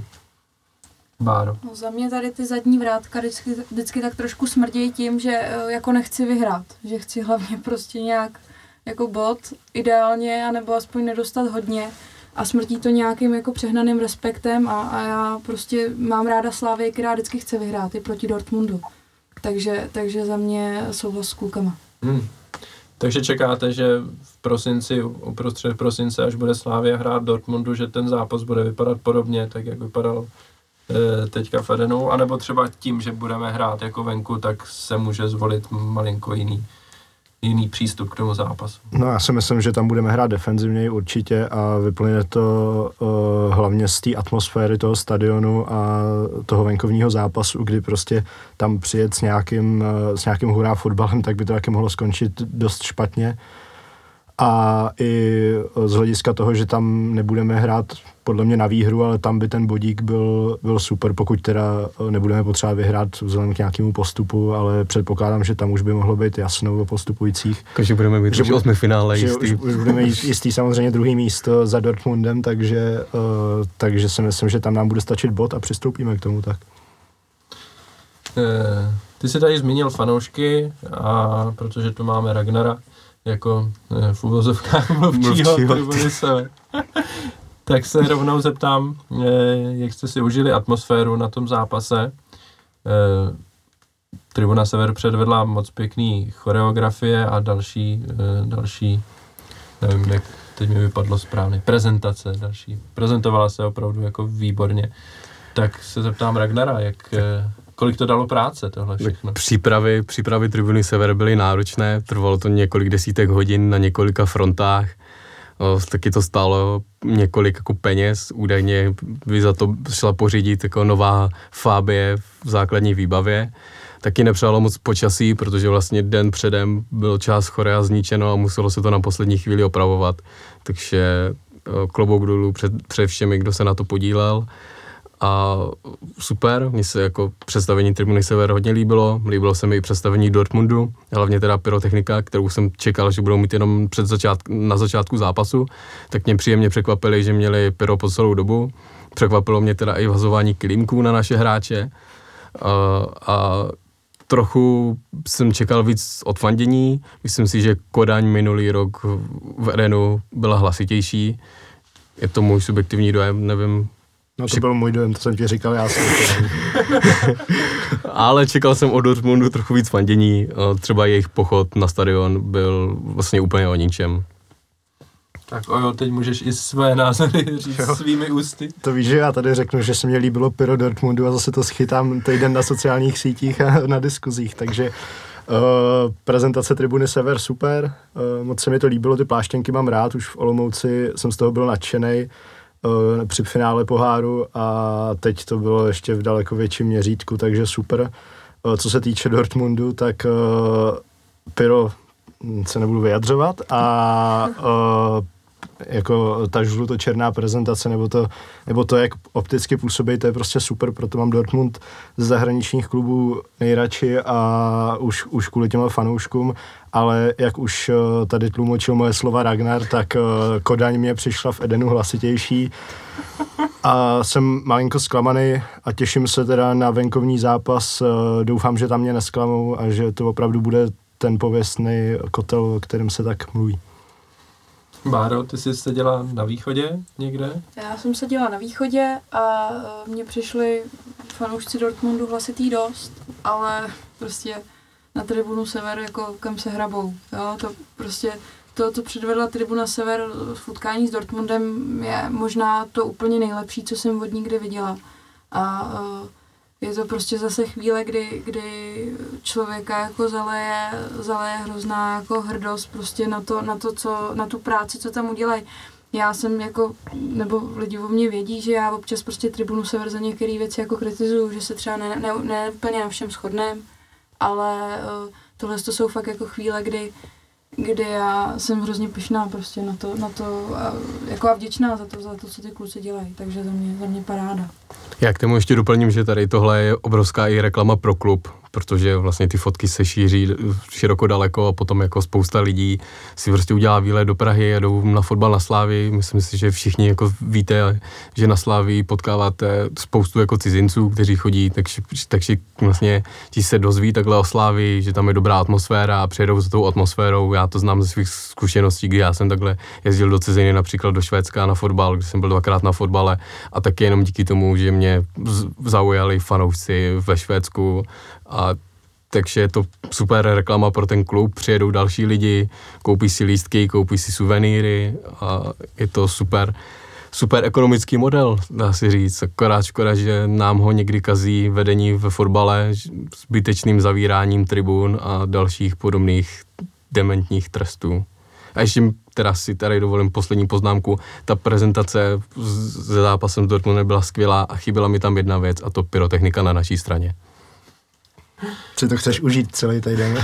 Báro. No, za mě tady ty zadní vrátka vždycky, vždycky tak trošku smrdějí tím, že jako nechci vyhrát, že chci hlavně prostě nějak jako bod ideálně, anebo aspoň nedostat hodně a smrtí to nějakým jako přehnaným respektem a, a já prostě mám ráda Slávy, která vždycky chce vyhrát i proti Dortmundu. Takže, takže za mě souhlas s klukama. Hmm. Takže čekáte, že v prosinci, uprostřed prosince, až bude Slavia hrát Dortmundu, že ten zápas bude vypadat podobně, tak jak vypadal teďka v Edenu, anebo třeba tím, že budeme hrát jako venku, tak se může zvolit malinko jiný, jiný přístup k tomu zápasu. No já si myslím, že tam budeme hrát defenzivněji určitě a vyplyne to uh, hlavně z té atmosféry toho stadionu a toho venkovního zápasu, kdy prostě tam přijet s nějakým, uh, s nějakým hurá fotbalem, tak by to taky mohlo skončit dost špatně. A i z hlediska toho, že tam nebudeme hrát podle mě na výhru, ale tam by ten bodík byl, byl super, pokud teda nebudeme potřebovat vyhrát vzhledem k nějakému postupu, ale předpokládám, že tam už by mohlo být jasno o postupujících. Takže budeme mít už osmi finále jistý. Už, už budeme mít jistý samozřejmě druhý místo za Dortmundem, takže, uh, takže si myslím, že tam nám bude stačit bod a přistoupíme k tomu tak. E, ty jsi tady zmínil fanoušky, a protože tu máme Ragnara, jako e, v uvozovkách mluvčího Tribuny Sever. Tak se rovnou zeptám, e, jak jste si užili atmosféru na tom zápase. E, Tribuna Sever předvedla moc pěkný choreografie a další, e, další, nevím, jak teď mi vypadlo správně, prezentace další. Prezentovala se opravdu jako výborně. Tak se zeptám Ragnara, jak... E, kolik to dalo práce, tohle všechno? Přípravy, přípravy Tribuny Sever byly náročné, trvalo to několik desítek hodin na několika frontách, o, taky to stálo několik jako peněz, údajně by za to šla pořídit jako nová fábie v základní výbavě. Taky nepřálo moc počasí, protože vlastně den předem byl část chorea zničeno a muselo se to na poslední chvíli opravovat, takže o, klobouk dolů před, před všemi, kdo se na to podílel. A super, mně se jako představení Tribuny Sever hodně líbilo, líbilo se mi i představení Dortmundu, hlavně teda pyrotechnika, kterou jsem čekal, že budou mít jenom před začátk, na začátku zápasu, tak mě příjemně překvapili, že měli pyro po celou dobu, překvapilo mě teda i vhazování kilímků na naše hráče a, a trochu jsem čekal víc odfandění, myslím si, že Kodaň minulý rok v Edenu byla hlasitější, je to můj subjektivní dojem, nevím. No to byl můj dojem, to jsem ti říkal, já jsem Ale čekal jsem od Dortmundu trochu víc fandění, třeba jejich pochod na stadion byl vlastně úplně o ničem. Tak ojo, teď můžeš i své názory říct jo. svými ústy. To víš, že já tady řeknu, že se mě líbilo pyro Dortmundu a zase to schytám týden na sociálních sítích a na diskuzích, takže uh, prezentace Tribuny Sever super, uh, moc se mi to líbilo, ty pláštěnky mám rád, už v Olomouci jsem z toho byl nadšenej, při finále poháru a teď to bylo ještě v daleko větším měřítku, takže super. Co se týče Dortmundu, tak uh, pyro se nebudu vyjadřovat a uh, jako ta žluto-černá prezentace nebo to, nebo to, jak opticky působí, to je prostě super, proto mám Dortmund z zahraničních klubů nejradši a už, už kvůli těm fanouškům, ale jak už tady tlumočil moje slova Ragnar, tak Kodaň mě přišla v Edenu hlasitější a jsem malinko zklamaný a těším se teda na venkovní zápas, doufám, že tam mě nesklamou a že to opravdu bude ten pověstný kotel, o kterém se tak mluví. Báro, ty jsi seděla na východě někde? Já jsem seděla na východě a mně přišli fanoušci Dortmundu hlasitý dost, ale prostě na tribunu Sever jako kam se hrabou. Jo? To prostě to, co předvedla tribuna Sever v utkání s Dortmundem, je možná to úplně nejlepší, co jsem od ní kdy viděla. A je to prostě zase chvíle, kdy, kdy člověka jako zaleje, zaleje hrozná jako hrdost prostě na to, na to, co, na tu práci, co tam udělají. Já jsem jako, nebo lidi o mě vědí, že já občas prostě tribunu Sever za některé věci jako kritizuju, že se třeba ne, ne, ne úplně na všem shodneme, ale uh, tohle to jsou fakt jako chvíle, kdy kdy já jsem hrozně pyšná prostě na to, na to a, jako a vděčná za to, za to, co ty kluci dělají, takže za mě, za mě paráda. Já k tomu ještě doplním, že tady tohle je obrovská i reklama pro klub, protože vlastně ty fotky se šíří široko daleko a potom jako spousta lidí si prostě udělá výlet do Prahy a jdou na fotbal na Slávii. Myslím si, že všichni jako víte, že na Slávii potkáváte spoustu jako cizinců, kteří chodí, takže, takže vlastně ti se dozví takhle o Slávii, že tam je dobrá atmosféra a přijedou za tou atmosférou. Já to znám ze svých zkušeností, kdy já jsem takhle jezdil do ciziny, například do Švédska na fotbal, kdy jsem byl dvakrát na fotbale a taky jenom díky tomu, že mě zaujali fanoušci ve Švédsku. A takže je to super reklama pro ten klub, přijedou další lidi, koupí si lístky, koupí si suvenýry a je to super, super ekonomický model, dá se říct. Akorát škoda, že nám ho někdy kazí vedení ve fotbale zbytečným zavíráním tribun a dalších podobných dementních trestů. A ještě teda si tady dovolím poslední poznámku. Ta prezentace se zápasem s Dortmundem byla skvělá a chyběla mi tam jedna věc a to pyrotechnika na naší straně. Si to chceš užít celý týden?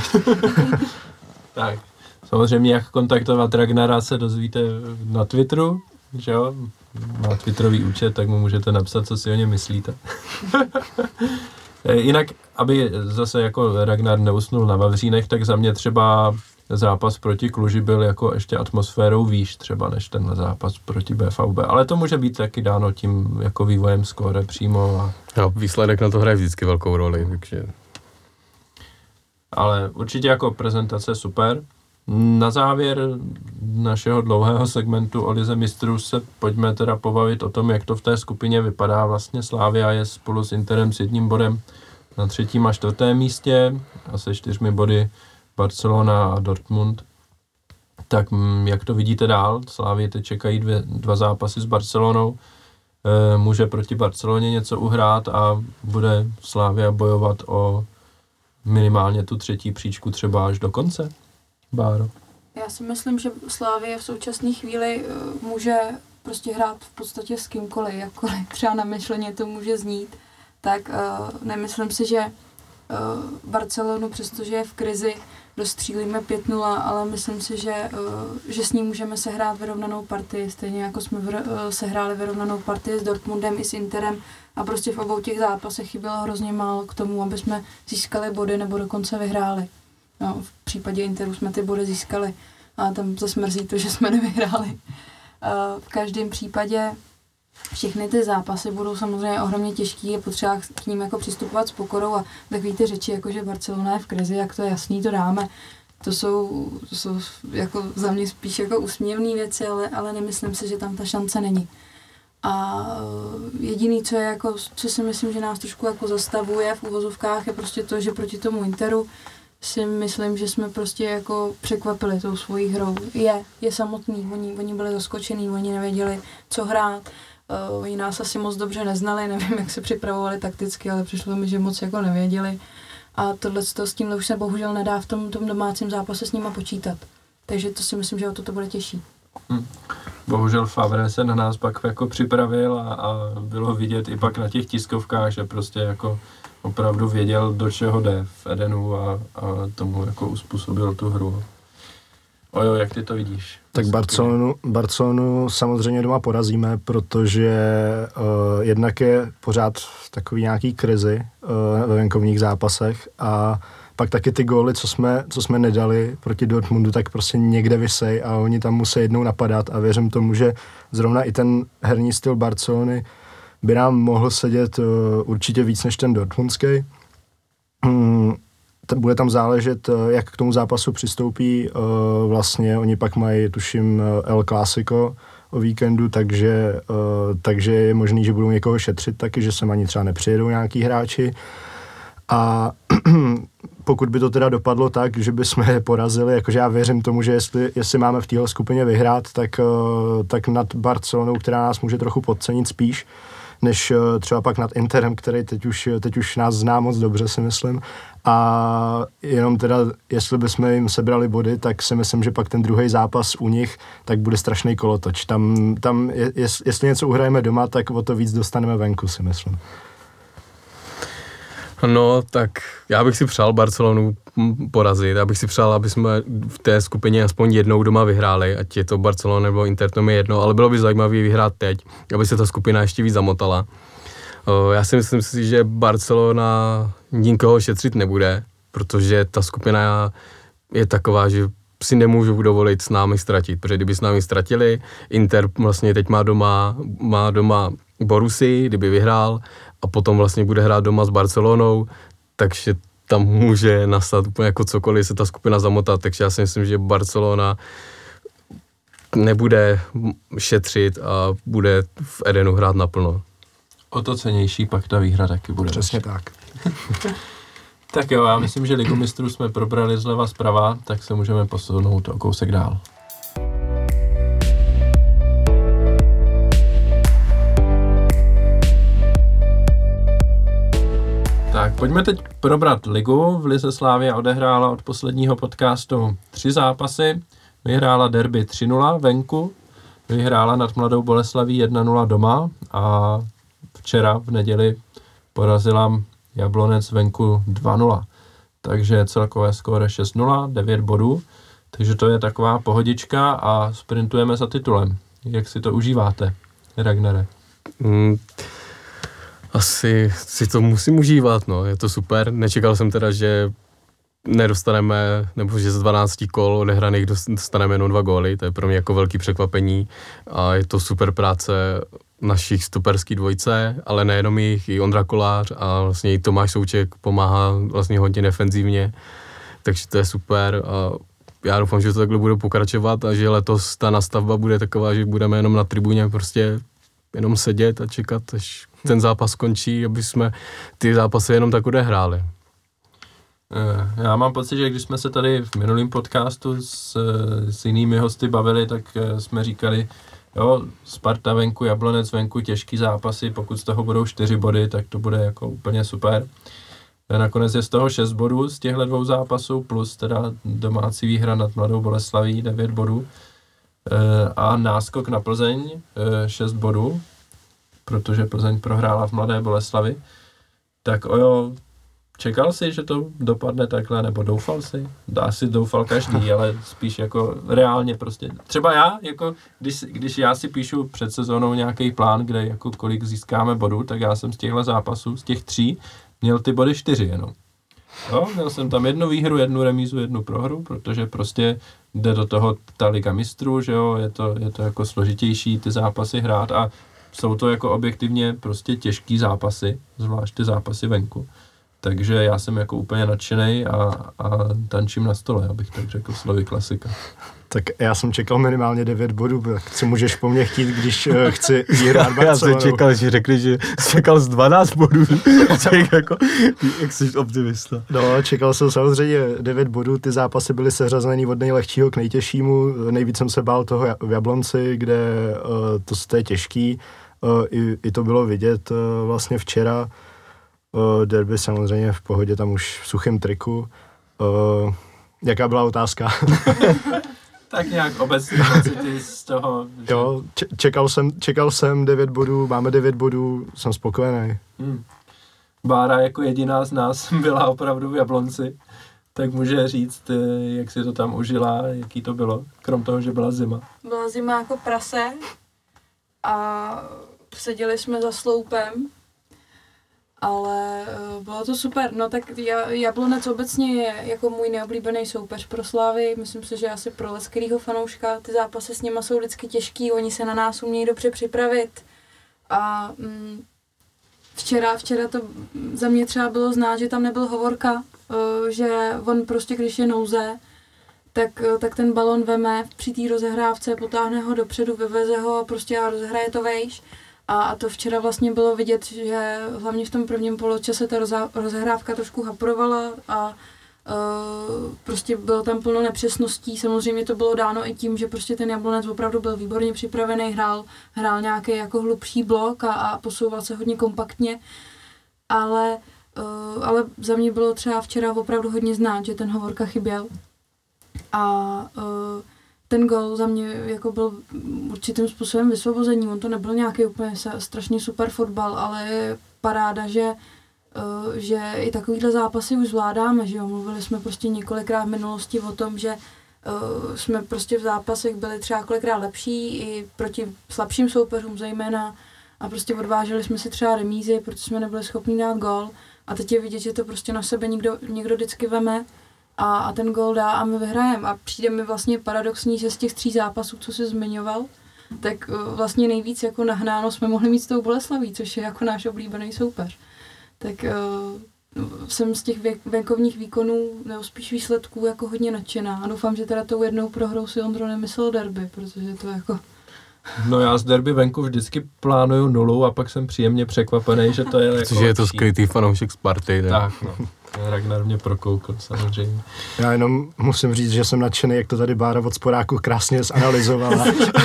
Tak, samozřejmě jak kontaktovat Ragnara se dozvíte na Twitteru, že jo? Má twitterový účet, tak mu můžete napsat, co si o něm myslíte. Jinak, aby zase jako Ragnar neusnul na Vavřínech, tak za mě třeba zápas proti Kluži byl jako ještě atmosférou výš třeba než tenhle zápas proti B V B, ale to může být taky dáno tím jako vývojem skóre přímo. A... Jo, výsledek na to hraje vždycky velkou roli, takže... Ale určitě jako prezentace super. Na závěr našeho dlouhého segmentu o Lize mistrů se pojďme teda pobavit o tom, jak to v té skupině vypadá. Vlastně Slavia je spolu s Interem s jedním bodem na třetím a čtvrtém místě a se čtyřmi body Barcelona a Dortmund. Tak jak to vidíte dál? Slavii teď čekají dvě, dva zápasy s Barcelonou. E, může proti Barceloně něco uhrát a bude Slavia bojovat o minimálně tu třetí příčku třeba až do konce? Báro? Já si myslím, že Slavia v současné chvíli uh, může prostě hrát v podstatě s kýmkoliv, jakkoliv třeba na myšleně to může znít, tak uh, nemyslím si, že uh, Barcelonu, přestože je v krizi, dostřílíme pět nula, ale myslím si, že, uh, že s ní můžeme sehrát vyrovnanou partii, stejně jako jsme vr- uh, sehráli vyrovnanou partii s Dortmundem i s Interem a prostě v obou těch zápasech chybělo hrozně málo k tomu, aby jsme získali body nebo dokonce vyhráli. No, v případě Interu jsme ty body získali a tam zase mrzí to, že jsme nevyhráli. Uh, v každém případě všechny ty zápasy budou samozřejmě ohromně těžký, je potřeba k ním jako přistupovat s pokorou a takový ty řeči, jako že Barcelona je v krizi, jak to je jasný, to dáme. To jsou, to jsou jako za mě spíš jako úsměvné věci, ale, ale nemyslím si, že tam ta šance není. A jediný, co je jako, co si myslím, že nás trošku jako zastavuje v uvozovkách, je prostě to, že proti tomu Interu si myslím, že jsme prostě jako překvapili tou svojí hrou. Je, je samotný, oni, oni byli zaskočený, oni nevěděli, co hrát, uh, oni nás asi moc dobře neznali, nevím, jak se připravovali takticky, ale přišlo mi, že moc jako nevěděli. A tohle s tímhle už se bohužel nedá v tom, tom domácím zápase s nima počítat. Takže to si myslím, že o to, to bude těžší. Hmm. Bohužel Favre se na nás pak jako připravil a, a bylo vidět i pak na těch tiskovkách, že prostě jako opravdu věděl, do čeho jde v Edenu a, a tomu jako uspůsobil tu hru. Ojo, jak ty to vidíš? Tak Barcelonu, Barcelonu samozřejmě doma porazíme, protože uh, jednak je pořád v takový nějaký krizi uh, ve venkovních zápasech a pak taky ty góly, co jsme, co jsme nedali proti Dortmundu, tak prostě někde visej a oni tam musí jednou napadat a věřím tomu, že zrovna i ten herní styl Barcelony by nám mohl sedět uh, určitě víc než ten dortmundský. Hmm, t- bude tam záležet, jak k tomu zápasu přistoupí. Uh, vlastně oni pak mají, tuším, El Clásico o víkendu, takže, uh, takže je možný, že budou někoho šetřit taky, že sem ani třeba nepřijedou nějaký hráči. A pokud by to teda dopadlo tak, že bychom je porazili, jakože já věřím tomu, že jestli, jestli máme v téhle skupině vyhrát, tak, uh, tak nad Barcelonou, která nás může trochu podcenit spíš, než uh, třeba pak nad Interem, který teď už, teď už nás zná moc dobře, si myslím. A jenom teda, jestli bychom jim sebrali body, tak si myslím, že pak ten druhý zápas u nich, tak bude strašný kolotoč. Tam, tam je, jestli něco uhrajeme doma, tak o to víc dostaneme venku, si myslím. No, tak já bych si přál Barcelonu porazit, já bych si přál, aby jsme v té skupině aspoň jednou doma vyhráli, ať je to Barcelona nebo Inter, to mi jedno, ale bylo by zajímavé vyhrát teď, aby se ta skupina ještě víc zamotala. Já si myslím si, že Barcelona nikoho šetřit nebude, protože ta skupina je taková, že si nemůžu dovolit s námi ztratit, protože kdyby s námi ztratili, Inter vlastně teď má doma, má doma Borussii, kdyby vyhrál, a potom vlastně bude hrát doma s Barcelonou, takže tam může nastat úplně jako cokoliv, se ta skupina zamotat, takže já si myslím, že Barcelona nebude šetřit a bude v Edenu hrát naplno. O to cennější pak ta výhra taky bude. Přesně tak. Tak jo, já myslím, že Ligu mistrů jsme probrali zleva zprava, tak se můžeme posunout o kousek dál. Tak pojďme teď probrat ligu. V lize Slavia odehrála od posledního podcastu tři zápasy. Vyhrála derby tři nula venku, vyhrála nad Mladou Boleslaví jedna nula doma a včera v neděli porazila Jablonec venku dva nula. Takže celkové skóre šest nula, devět bodů. Takže to je taková pohodička a sprintujeme za titulem. Jak si to užíváte, Ragnare? Mm. Asi si to musím užívat, no, je to super. Nečekal jsem teda, že nedostaneme, nebo že z dvanácti kol odehraných dostaneme jenom dva góly, to je pro mě jako velký překvapení a je to super práce našich stoperský dvojce, ale nejenom jich, i Ondra Kolář a vlastně i Tomáš Souček pomáhá vlastně hodně defenzivně, takže to je super a já doufám, že to takhle bude pokračovat a že letos ta nastavba bude taková, že budeme jenom na tribuně prostě jenom sedět a čekat, až ten zápas skončí, aby jsme ty zápasy jenom tak odehráli. Já mám pocit, že když jsme se tady v minulém podcastu s, s jinými hosty bavili, tak jsme říkali, jo, Sparta venku, Jablonec venku, těžký zápasy, pokud z toho budou čtyři body, tak to bude jako úplně super. Nakonec je z toho šest bodů z těchto dvou zápasů, plus teda domácí výhra nad Mladou Boleslaví, devět bodů. A náskok na Plzeň, šest bodů, protože Plzeň prohrála v Mladé Boleslavi. Tak ojo, čekal jsi, že to dopadne takhle, nebo doufal si? Asi doufal každý, ale spíš jako reálně prostě. Třeba já, jako když, když já si píšu před sezónou nějaký plán, kde jako kolik získáme bodů, tak já jsem z těchto zápasů, z těch tří, měl ty body čtyři jenom. Jo, měl jsem tam jednu výhru, jednu remízu, jednu prohru, protože prostě jde do toho ta Liga mistrů, že jo, je to, je to jako složitější ty zápasy hrát a jsou to jako objektivně prostě těžký zápasy, zvlášť ty zápasy venku. Takže já jsem jako úplně nadšenej a, a tančím na stole, abych tak řekl slovy klasika. Tak já jsem čekal minimálně devět bodů, tak co můžeš po mně chtít, když uh, chci hrát Barcelonou? Já jsem čekal, že řekli, že jsi čekal z dvanáct bodů, tak jako, jak jsi optimista. No, čekal jsem samozřejmě devět bodů, ty zápasy byly seřazený od nejlehčího k nejtěžšímu, nejvíc jsem se bál toho v Jablonci, kde uh, to, to je těžký, uh, i, i to bylo vidět uh, vlastně včera, uh, derby samozřejmě v pohodě, tam už v suchém triku. Uh, jaká byla otázka? Tak nějak obecně pocity z toho, že... Jo, čekal jsem, čekal jsem devět bodů, máme devět bodů, jsem spokojený. Hmm. Bára jako jediná z nás byla opravdu v Jablonci, tak může říct, jak si to tam užila, jaký to bylo, krom toho, že byla zima. Byla zima jako prase a seděli jsme za sloupem, ale bylo to super. No tak Jablonec obecně je jako můj neoblíbený soupeř pro Slávy. Myslím si, že asi pro leckýho fanouška ty zápasy s nima jsou vždycky těžký, oni se na nás umějí dobře připravit a mm, včera, včera to za mě třeba bylo znát, že tam nebyl Hovorka, že on prostě, když je nouze, tak, tak ten balon veme při té rozehrávce, potáhne ho dopředu, vyveze ho a prostě a rozehraje to vejš. A, a to včera vlastně bylo vidět, že hlavně v tom prvním poločase ta roza, rozehrávka trošku haprovala a uh, prostě bylo tam plno nepřesností. Samozřejmě to bylo dáno i tím, že prostě ten Jablonec opravdu byl výborně připravený, hrál, hrál nějaký jako hlubší blok a, a posouval se hodně kompaktně, ale, uh, ale za mě bylo třeba včera opravdu hodně znát, že ten Hovorka chyběl. A uh, ten gol za mě jako byl určitým způsobem vysvobození. On to nebyl nějaký úplně strašně super fotbal, ale je paráda, že, uh, že i takovýhle zápasy už zvládáme, že jo. Mluvili jsme prostě několikrát v minulosti o tom, že uh, jsme prostě v zápasech byli třeba kolikrát lepší i proti slabším soupeřům zejména a prostě odváželi jsme si třeba remízy, protože jsme nebyli schopni dát gol a teď je vidět, že to prostě na sebe někdo, někdo vždycky veme a, a ten gól dá a my vyhrajeme. A přijde mi vlastně paradoxní, že z těch tří zápasů, co jsi zmiňoval, tak uh, vlastně nejvíc jako nahnáno jsme mohli mít s tou Boleslaví, což je jako náš oblíbený soupeř. Tak uh, jsem z těch venkovních výkonů, nebo spíš výsledků, jako hodně nadšená. A doufám, že teda tou jednou prohrou si Ondro nemyslel derby, protože to jako... No já z derby venku vždycky plánuju nulu a pak jsem příjemně překvapený, že to je jako... Protože je to skrytý fanoušek Sparty, ne? Tak, no. Ragnar mě prokoukl, samozřejmě. Já jenom musím říct, že jsem nadšený, jak to tady Bára od Sporáku krásně zanalizovala.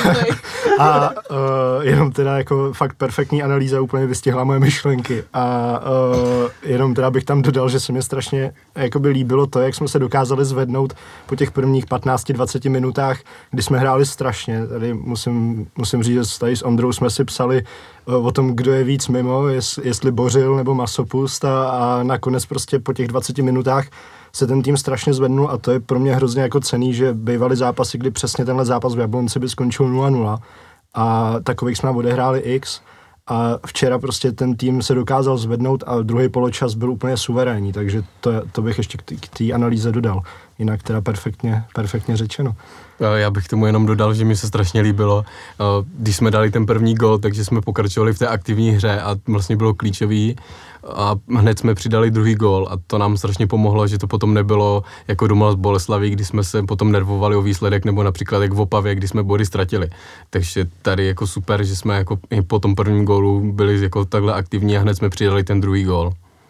A uh, jenom teda jako fakt perfektní analýza úplně vystihla moje myšlenky. A uh, jenom teda bych tam dodal, že se mi strašně jakoby líbilo to, jak jsme se dokázali zvednout po těch prvních patnácti dvaceti minutách, kdy jsme hráli strašně. Tady musím, musím říct, že tady s Ondrou jsme si psali uh, o tom, kdo je víc mimo, jest, jestli Bořil nebo Masopust a, a nakonec prostě po těch dvaceti minutách se ten tým strašně zvednul a to je pro mě hrozně jako cenný, že bývaly zápasy, kdy přesně tenhle zápas v Jablonci by skončil nula nula a takových jsme odehráli x a včera prostě ten tým se dokázal zvednout a druhý poločas byl úplně suverénní, takže to, to bych ještě k té analýze dodal. Jinak teda perfektně, perfektně řečeno. Já bych tomu jenom dodal, že mi se strašně líbilo, když jsme dali ten první gól, takže jsme pokračovali v té aktivní hře a vlastně bylo klíčový a hned jsme přidali druhý gól a to nám strašně pomohlo, že to potom nebylo jako doma z Boleslaví, kdy jsme se potom nervovali o výsledek nebo například jak v Opavě, kdy jsme body ztratili. Takže tady jako super, že jsme jako i po tom prvním gólu byli jako takhle aktivní a hned jsme přidali ten druhý gól.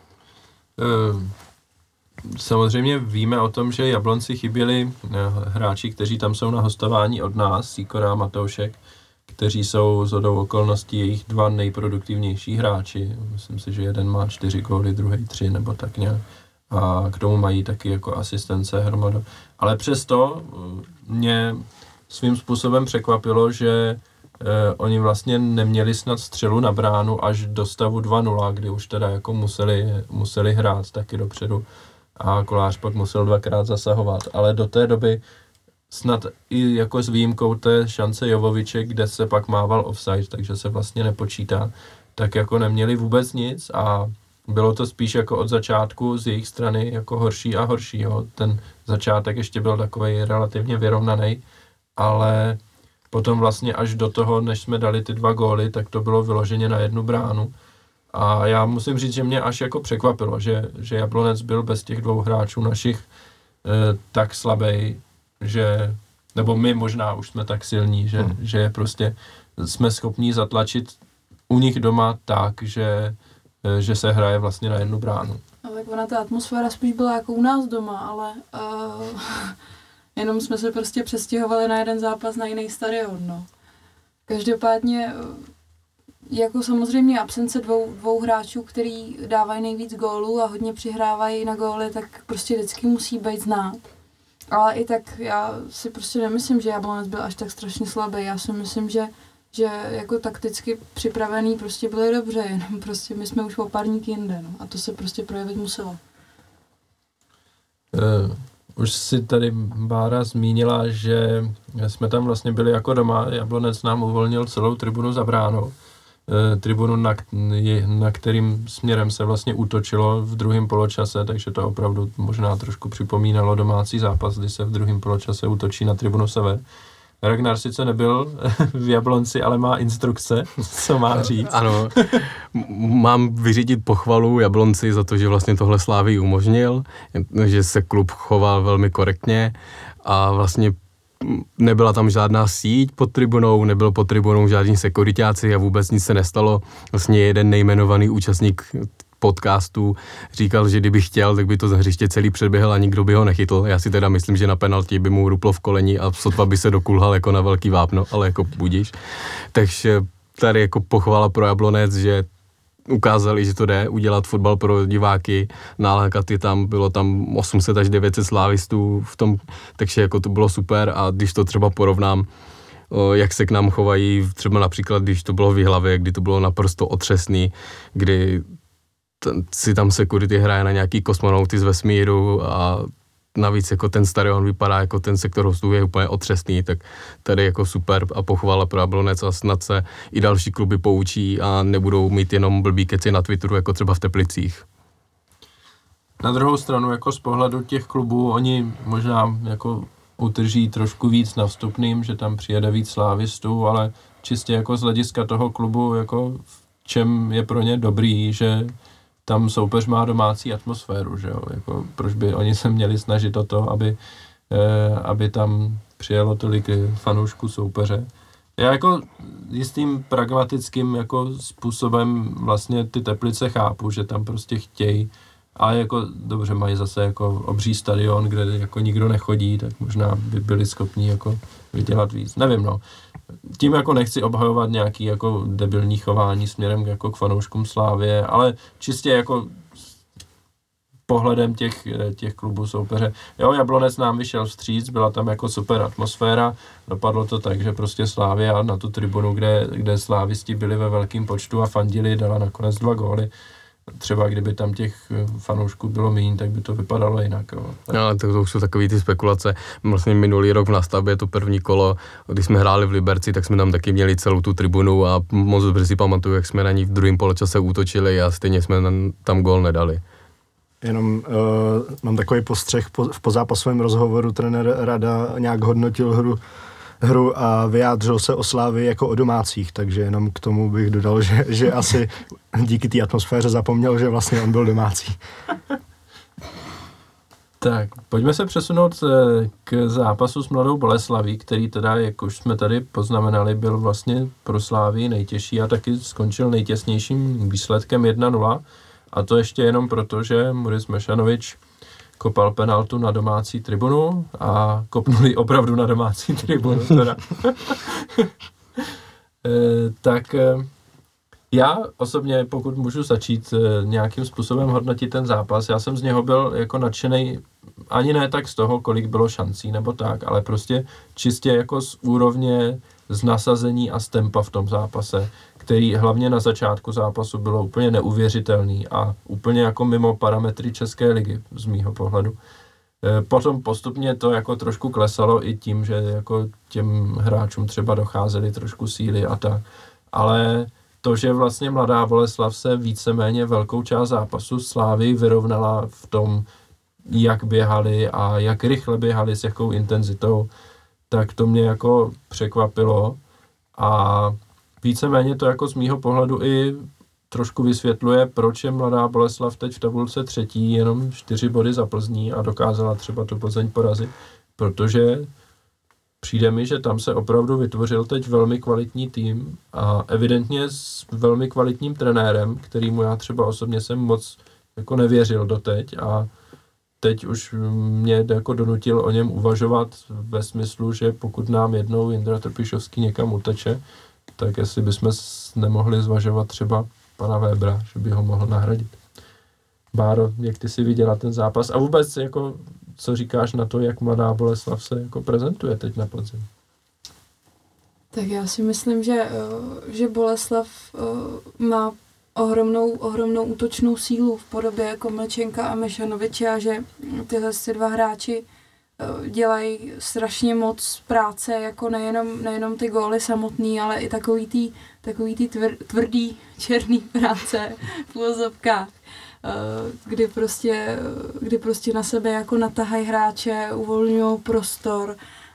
Uh. Samozřejmě víme o tom, že Jablonci chyběli hráči, kteří tam jsou na hostování od nás, Sýkora a Matoušek, kteří jsou shodou okolností jejich dva nejproduktivnější hráči. Myslím si, že jeden má čtyři góly, druhý tři nebo tak nějak. A k tomu mají taky jako asistence hromadu. Ale přesto mě svým způsobem překvapilo, že eh, oni vlastně neměli snad střelu na bránu až do stavu dva nula, kdy už teda jako museli, museli hrát taky dopředu. A Kolář pak musel dvakrát zasahovat, ale do té doby snad i jako s výjimkou té šance Jovoviče, kde se pak mával offside, takže se vlastně nepočítá, tak jako neměli vůbec nic a bylo to spíš jako od začátku z jejich strany jako horší a horší. Jo. Ten začátek ještě byl takovej relativně vyrovnaný, ale potom vlastně až do toho, než jsme dali ty dva góly, tak to bylo vyloženě na jednu bránu. A já musím říct, že mě až jako překvapilo, že, že Jablonec byl bez těch dvou hráčů našich e, tak slabý, že, nebo my možná už jsme tak silní, že, hmm. že prostě jsme schopní zatlačit u nich doma tak, že, e, že se hraje vlastně na jednu bránu. No, tak ona ta atmosféra spíš byla jako u nás doma, ale uh, jenom jsme se prostě přestěhovali na jeden zápas na jiný stadion, no. Každopádně jako samozřejmě absence dvou, dvou hráčů, který dávají nejvíc gólů a hodně přihrávají na góly, tak prostě vždycky musí být znát. Ale i tak já si prostě nemyslím, že Jablonec byl až tak strašně slabý. Já si myslím, že, že jako takticky připravený prostě byli dobře, jenom prostě my jsme už o párník jinde, no. A to se prostě projevit muselo. Uh, už si tady Bára zmínila, že jsme tam vlastně byli jako doma. Jablonec nám uvolnil celou tribunu za bránou. Tribunu, na, na kterým směrem se vlastně útočilo v druhém poločase, takže to opravdu možná trošku připomínalo domácí zápas, kdy se v druhém poločase útočí na tribunu sever. Ragnar sice nebyl v Jablonci, ale má instrukce, co má říct. Ano, mám vyřídit pochvalu Jablonci za to, že vlastně tohle Slávii umožnil, že se klub choval velmi korektně a vlastně nebyla tam žádná síť pod tribunou, nebyl pod tribunou žádní sekuritáci a vůbec nic se nestalo. Vlastně jeden nejmenovaný účastník podcastu říkal, že kdyby chtěl, tak by to za hřiště celý předběhl a nikdo by ho nechytl. Já si teda myslím, že na penalti by mu ruplo v koleni a sotva by se dokulhal jako na velký vápno, ale jako budíš. Takže tady jako pochvala pro Jablonec, že ukázali, že to jde udělat fotbal pro diváky, nalákat je tam, bylo tam osm set až devět set slávistů v tom, takže jako to bylo super a když to třeba porovnám, jak se k nám chovají, třeba například, když to bylo v Jihlavě, kdy to bylo naprosto otřesný, kdy si tam security hraje na nějaký kosmonauty z vesmíru a navíc jako ten stadion vypadá jako ten sektor hostů je úplně otřesný, tak tady jako super a pochvála pro Jablonec a snad se i další kluby poučí a nebudou mít jenom blbý keci na Twitteru, jako třeba v Teplicích. Na druhou stranu, jako z pohledu těch klubů, oni možná jako utrží trošku víc na vstupným, že tam přijede víc slávistů, ale čistě jako z hlediska toho klubu, jako v čem je pro ně dobrý, že tam soupeř má domácí atmosféru, že jo, jako proč by oni se měli snažit o to, aby, eh, aby tam přijelo tolik fanoušků soupeře. Já jako jistým pragmatickým jako způsobem vlastně ty Teplice chápu, že tam prostě chtějí, ale jako dobře mají zase jako obří stadion, kde jako nikdo nechodí, tak možná by byli schopni jako vydělat víc. Nevím, no. Tím jako nechci obhajovat nějaký jako debilní chování směrem jako k fanouškům Slávie, ale čistě jako pohledem těch, těch klubů soupeře. Jo, Jablonec nám vyšel vstříc, byla tam jako super atmosféra, dopadlo to tak, že prostě Slavia na tu tribunu, kde, kde slávisti byli ve velkém počtu a fandili, dala nakonec dva góly. Třeba kdyby tam těch fanoušků bylo méně, tak by to vypadalo jinak. Jo. No, ale to, to už jsou takový ty spekulace. Vlastně minulý rok v Nastavbě, to první kolo, když jsme hráli v Liberci, tak jsme tam taky měli celou tu tribunu a moc dobře si pamatuju, jak jsme na ní v druhém poločase útočili a stejně jsme tam gól nedali. Jenom uh, mám takový postřeh, po, v pozápasovém rozhovoru trenér Rada nějak hodnotil hru, hru a vyjádřil se o Slávii jako o domácích, takže jenom k tomu bych dodal, že, že asi díky té atmosféře zapomněl, že vlastně on byl domácí. Tak, pojďme se přesunout k zápasu s Mladou Boleslaví, který teda, jak už jsme tady poznamenali, byl vlastně pro Slávii nejtěžší a taky skončil nejtěsnějším výsledkem jedna nula. A to ještě jenom proto, že Muris Mešanovič kopal penaltu na domácí tribunu a kopnuli opravdu na domácí tribunu. Teda. e, tak e, já osobně, pokud můžu začít e, nějakým způsobem hodnotit ten zápas, já jsem z něho byl jako nadšenej ani ne tak z toho, kolik bylo šancí nebo tak, ale prostě čistě jako z úrovně, z nasazení a z tempa v tom zápase, který hlavně na začátku zápasu bylo úplně neuvěřitelný a úplně jako mimo parametry České ligy z mýho pohledu. Potom postupně to jako trošku klesalo i tím, že jako těm hráčům třeba docházely trošku síly a tak. Ale to, že vlastně Mladá Boleslav se víceméně velkou část zápasu Slávy vyrovnala v tom, jak běhali a jak rychle běhali, s jakou intenzitou, tak to mě jako překvapilo a víceméně to jako z mýho pohledu i trošku vysvětluje, proč je Mladá Boleslav teď v tabulce třetí, jenom čtyři body za Plzní a dokázala třeba tu Plzeň porazit, protože přijde mi, že tam se opravdu vytvořil teď velmi kvalitní tým a evidentně s velmi kvalitním trenérem, kterýmu já třeba osobně jsem moc jako nevěřil doteď a teď už mě jako donutil o něm uvažovat ve smyslu, že pokud nám jednou Jindra Trpišovský někam uteče, tak jestli bychom nemohli zvažovat třeba pana Webera, že by ho mohl nahradit. Báro, jak ty si viděla ten zápas a vůbec jako, co říkáš na to, jak Mladá Boleslav se jako prezentuje teď na podzim? Tak já si myslím, že, že Boleslav má ohromnou, ohromnou útočnou sílu v podobě jako Mlčenka a Mešanoviče a že tyhle dva hráči dělají strašně moc práce, jako nejenom, nejenom ty góly samotný, ale i takový tý, takový tý tvr, tvrdý černý práce v úvozovkách, kdy prostě, kdy prostě na sebe jako natahají hráče, uvolňují prostor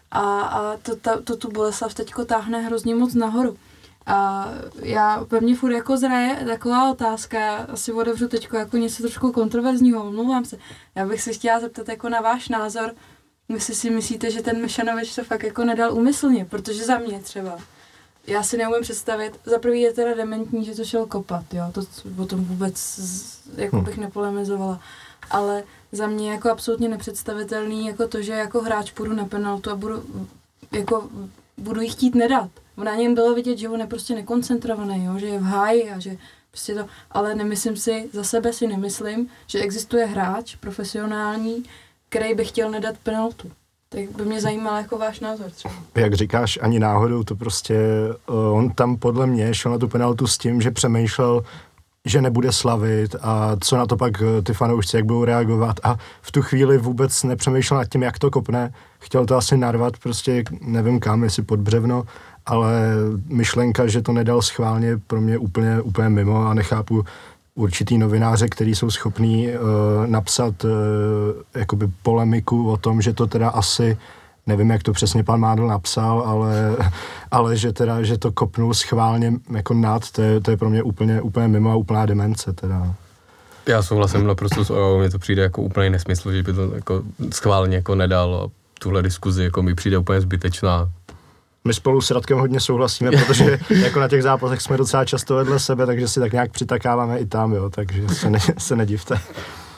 A, a to, ta, to tu Boleslav teďko táhne hrozně moc nahoru. A já ve mně furt jako zraje taková otázka, já asi otevřu teďko jako něco trošku kontroverzního, omlouvám se. Já bych se chtěla zeptat jako na váš názor, jestli si myslíte, že ten Mešanovič to fakt jako nedal úmyslně, protože za mě třeba. Já si neumím představit, za prvý je teda dementní, že to šel kopat, jo, to o tom vůbec jako bych nepolemizovala, ale za mě jako absolutně nepředstavitelný jako to, že jako hráč půjdu na penaltu a budu jako budu jí chtít nedat. Na něm bylo vidět, že on je prostě nekoncentrovaný, jo, že je v háji a že prostě to, ale nemyslím si, za sebe si nemyslím, že existuje hráč profesionální, který by chtěl nedat penaltu. Tak by mě zajímal jako váš názor třeba. Jak říkáš, ani náhodou to prostě, uh, on tam podle mě šel na tu penaltu s tím, že přemýšlel, že nebude slavit a co na to pak ty fanoušci, jak budou reagovat a v tu chvíli vůbec nepřemýšlel nad tím, jak to kopne. Chtěl to asi narvat prostě, nevím kam, jestli pod břevno, ale myšlenka, že to nedal schválně, pro mě úplně, úplně mimo a nechápu určitý novináře, který jsou schopní uh, napsat uh, jakoby polemiku o tom, že to teda asi, nevím, jak to přesně pan Mádl napsal, ale, ale že teda, že to kopnul schválně jako nad, to je, to je pro mě úplně, úplně mimo a úplná demence teda. Já souhlasím naprosto s Ojou, mně to přijde jako úplný nesmysl, že by to jako schválně jako nedal a tuhle diskuzi jako mi přijde úplně zbytečná. My spolu s Radkem hodně souhlasíme, protože jako na těch zápasech jsme docela často vedle sebe, takže si tak nějak přitakáváme i tam, jo, takže se, ne, se nedivte. E,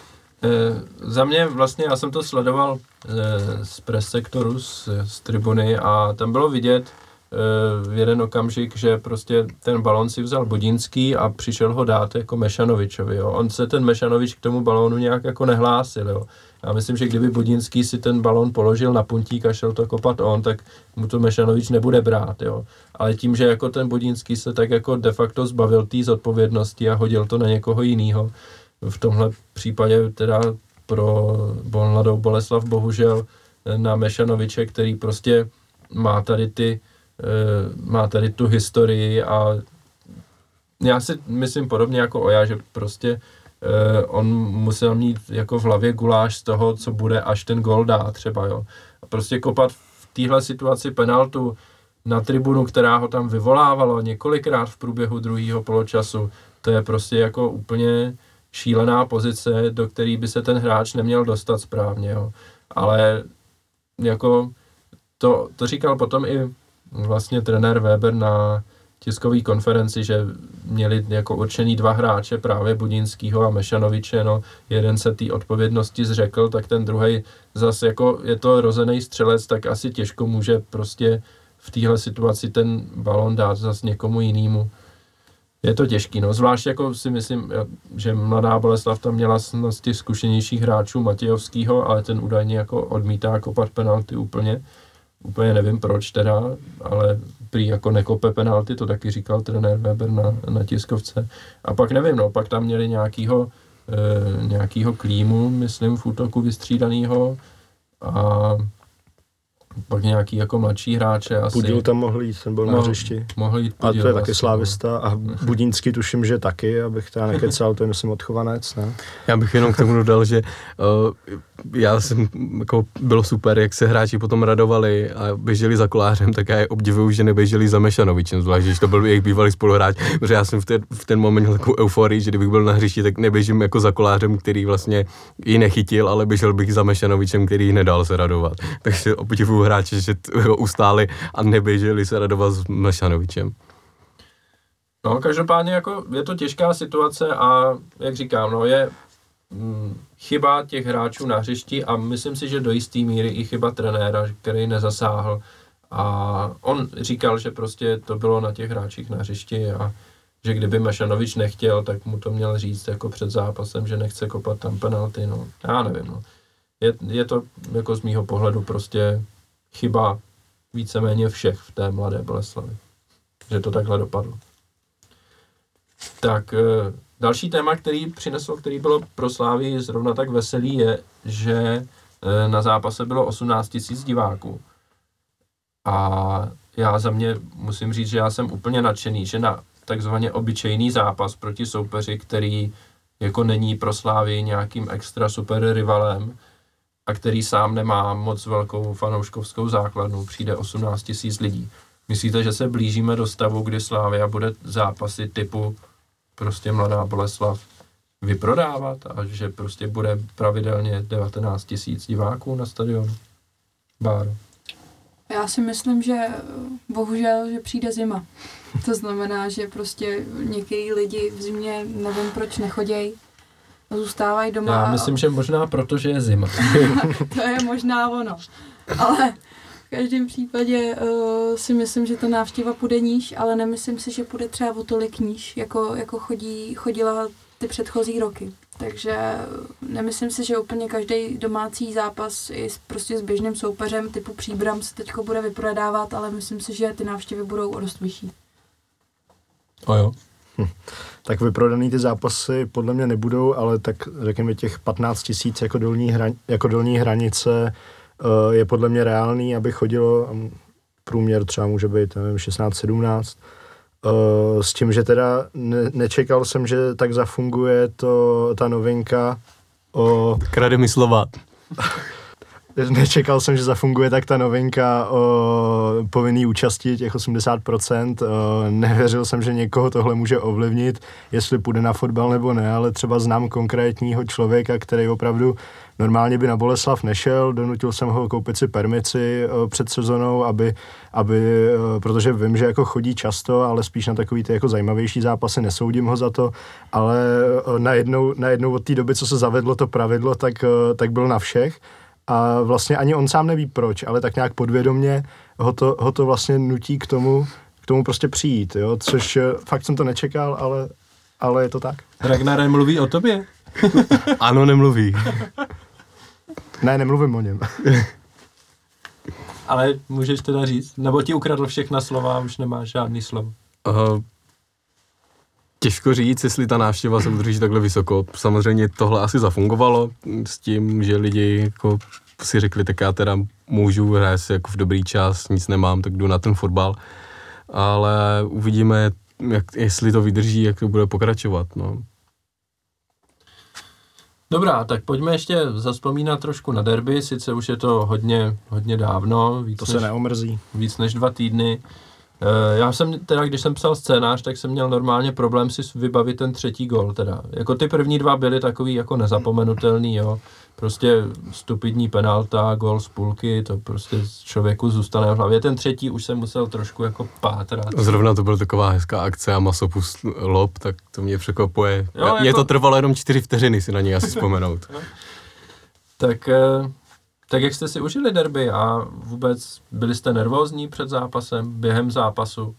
za mě vlastně, já jsem to sledoval e, z press sektoru, z, z tribuny a tam bylo vidět e, v jeden okamžik, že prostě ten balón si vzal Budínský a přišel ho dát jako Mešanovičovi, jo. On se ten Mešanovič k tomu balónu nějak jako nehlásil, jo. Já myslím, že kdyby Budínský si ten balón položil na puntík a šel to kopat on, tak mu to Mešanovič nebude brát, jo. Ale tím, že jako ten Budínský se tak jako de facto zbavil té zodpovědnosti a hodil to na někoho jiného, v tomhle případě teda pro Mladou Boleslav bohužel na Mešanoviče, který prostě má tady ty, má tady tu historii a já si myslím podobně jako Oja, že prostě Uh, on musel mít jako v hlavě guláš z toho, co bude, až ten gol dá třeba, jo. A prostě kopat v téhle situaci penaltu na tribunu, která ho tam vyvolávalo několikrát v průběhu druhého poločasu, to je prostě jako úplně šílená pozice, do které by se ten hráč neměl dostat správně, jo. Ale jako to, to říkal potom i vlastně trenér Weber na tiskové konferenci, že měli jako určený dva hráče, právě Budínskýho a Mešanoviče, no, jeden se té odpovědnosti zřekl, tak ten druhej zase jako je to rozený střelec, tak asi těžko může prostě v téhle situaci ten balón dát zase někomu jinému. Je to těžký, no, zvlášť jako si myslím, že Mladá Boleslav tam měla z těch zkušenějších hráčů Matějovskýho, ale ten údajně jako odmítá kopat penalty úplně. Úplně nevím proč teda, ale prý jako nekope penalty, to taky říkal trenér Weber na, na tiskovce. A pak nevím, no, pak tam měli nějakýho, e, nějakýho Klímu, myslím, v útoku vystřídanýho a pak nějaký jako mladší hráče asi. Pudil tam mohl jít, ten byl na hřišti. Mohl jít Pudil, a to je taky slávista a Budínský tuším, že taky, abych teda nekecal, to je myslím odchovanec, ne? Já bych jenom k tomu dodal, že uh, já jsem, jako bylo super, jak se hráči potom radovali a běželi za Kolářem, tak já je obdivuju, že neběželi za Mešanovičem, zvlášť, když to byl jejich bývalý spoluhráč, protože já jsem v, te, v ten moment měl takovou euforii, že kdybych byl na hřišti, tak neběžím jako za Kolářem, který vlastně ji nechytil, ale běžel bych za Mešanovičem, který ji nedal se radovat. Takže obdivuju hráči, že ho ustáli a neběželi se radovat s Mešanovičem. No, každopádně jako je to těžká situace a jak říkám, no je hm, chyba těch hráčů na hřišti a myslím si, že do jistý míry i chyba trenéra, který nezasáhl a on říkal, že prostě to bylo na těch hráčích na hřišti a že kdyby Mešanovič nechtěl, tak mu to měl říct jako před zápasem, že nechce kopat tam penalty, no, já nevím, no. Je, je to jako z mýho pohledu prostě chyba víceméně všech v té Mladé Boleslavi, že to takhle dopadlo. Tak další téma, který přinesl, který bylo pro Slávii zrovna tak veselý, je, že na zápase bylo osmnáct tisíc diváků. A já za mě musím říct, že já jsem úplně nadšený, že na takzvaně obyčejný zápas proti soupeři, který jako není pro Slávii nějakým extra super rivalem, a který sám nemá moc velkou fanouškovskou základnu, přijde osmnáct tisíc lidí. Myslíte, že se blížíme do stavu, kdy Slavia bude zápasy typu prostě Mladá Boleslav vyprodávat a že prostě bude pravidelně devatenáct tisíc diváků na stadionu? Báro. Já si myslím, že bohužel, že přijde zima. To znamená, že prostě některý lidi v zimě nevím proč nechodějí, zůstávají doma. Já myslím, že možná proto, že je zima. To je možná ono. Ale v každém případě uh, si myslím, že ta návštěva půjde níž, ale nemyslím si, že půjde třeba o tolik níž, jako, jako chodí, chodila ty předchozí roky. Takže nemyslím si, že úplně každý domácí zápas i s, prostě s běžným soupeřem typu Příbram se teďko bude vyprodávat, ale myslím si, že ty návštěvy budou o dost vyšší. O jo. Hm. Tak vyprodaný ty zápasy podle mě nebudou, ale tak řekněme těch patnáct tisíc jako dolní, hran, jako dolní hranice uh, je podle mě reálný, aby chodilo, průměr třeba může být nevím, šestnáct sedmnáct. Uh, s tím, že teda ne, nečekal jsem, že tak zafunguje to, ta novinka o... Krade mi slova. Nečekal jsem, že zafunguje tak ta novinka o povinný účasti těch osmdesát procent. Nevěřil jsem, že někoho tohle může ovlivnit, jestli půjde na fotbal nebo ne, ale třeba znám konkrétního člověka, který opravdu normálně by na Boleslav nešel, donutil jsem ho koupit si permici před sezonou, aby, aby, protože vím, že jako chodí často, ale spíš na takový ty jako zajímavější zápasy, nesoudím ho za to, ale najednou, najednou od té doby, co se zavedlo to pravidlo, tak, tak byl na všech. A vlastně ani on sám neví proč, ale tak nějak podvědomě ho to, ho to vlastně nutí k tomu, k tomu prostě přijít, jo, což fakt jsem to nečekal, ale, ale je to tak. Ragnar mluví o tobě? Ano, nemluví. Ne, nemluvím o něm. Ale můžeš teda říct, nebo ti ukradl všechna slova a už nemáš žádný slovo? Uh, těžko říct, jestli ta návštěva se udrží takhle vysoko. Samozřejmě tohle asi zafungovalo s tím, že lidi jako si řekli, tak já teda můžu hrát si jako v dobrý čas, nic nemám, tak jdu na ten fotbal. Ale uvidíme, jak, jestli to vydrží, jak to bude pokračovat. No. Dobrá, tak pojďme ještě zazpomínat trošku na derby, sice už je to hodně, hodně dávno, víc, To se než, neomrzí. víc než dva týdny. Já jsem teda, když jsem psal scénář, tak jsem měl normálně problém si vybavit ten třetí gól teda. Jako ty první dva byly takový jako nezapomenutelný, jo. Prostě stupidní penalta, gól z půlky, to prostě člověku zůstane v hlavě. Ten třetí už jsem musel trošku jako pátrat. Zrovna to byla taková hezká akce a masopust lob, tak to mě překvapuje. Jo, Mně jako... to trvalo jenom čtyři vteřiny si na něj asi vzpomenout. tak... Tak jak jste si užili derby a vůbec byli jste nervózní před zápasem, během zápasu?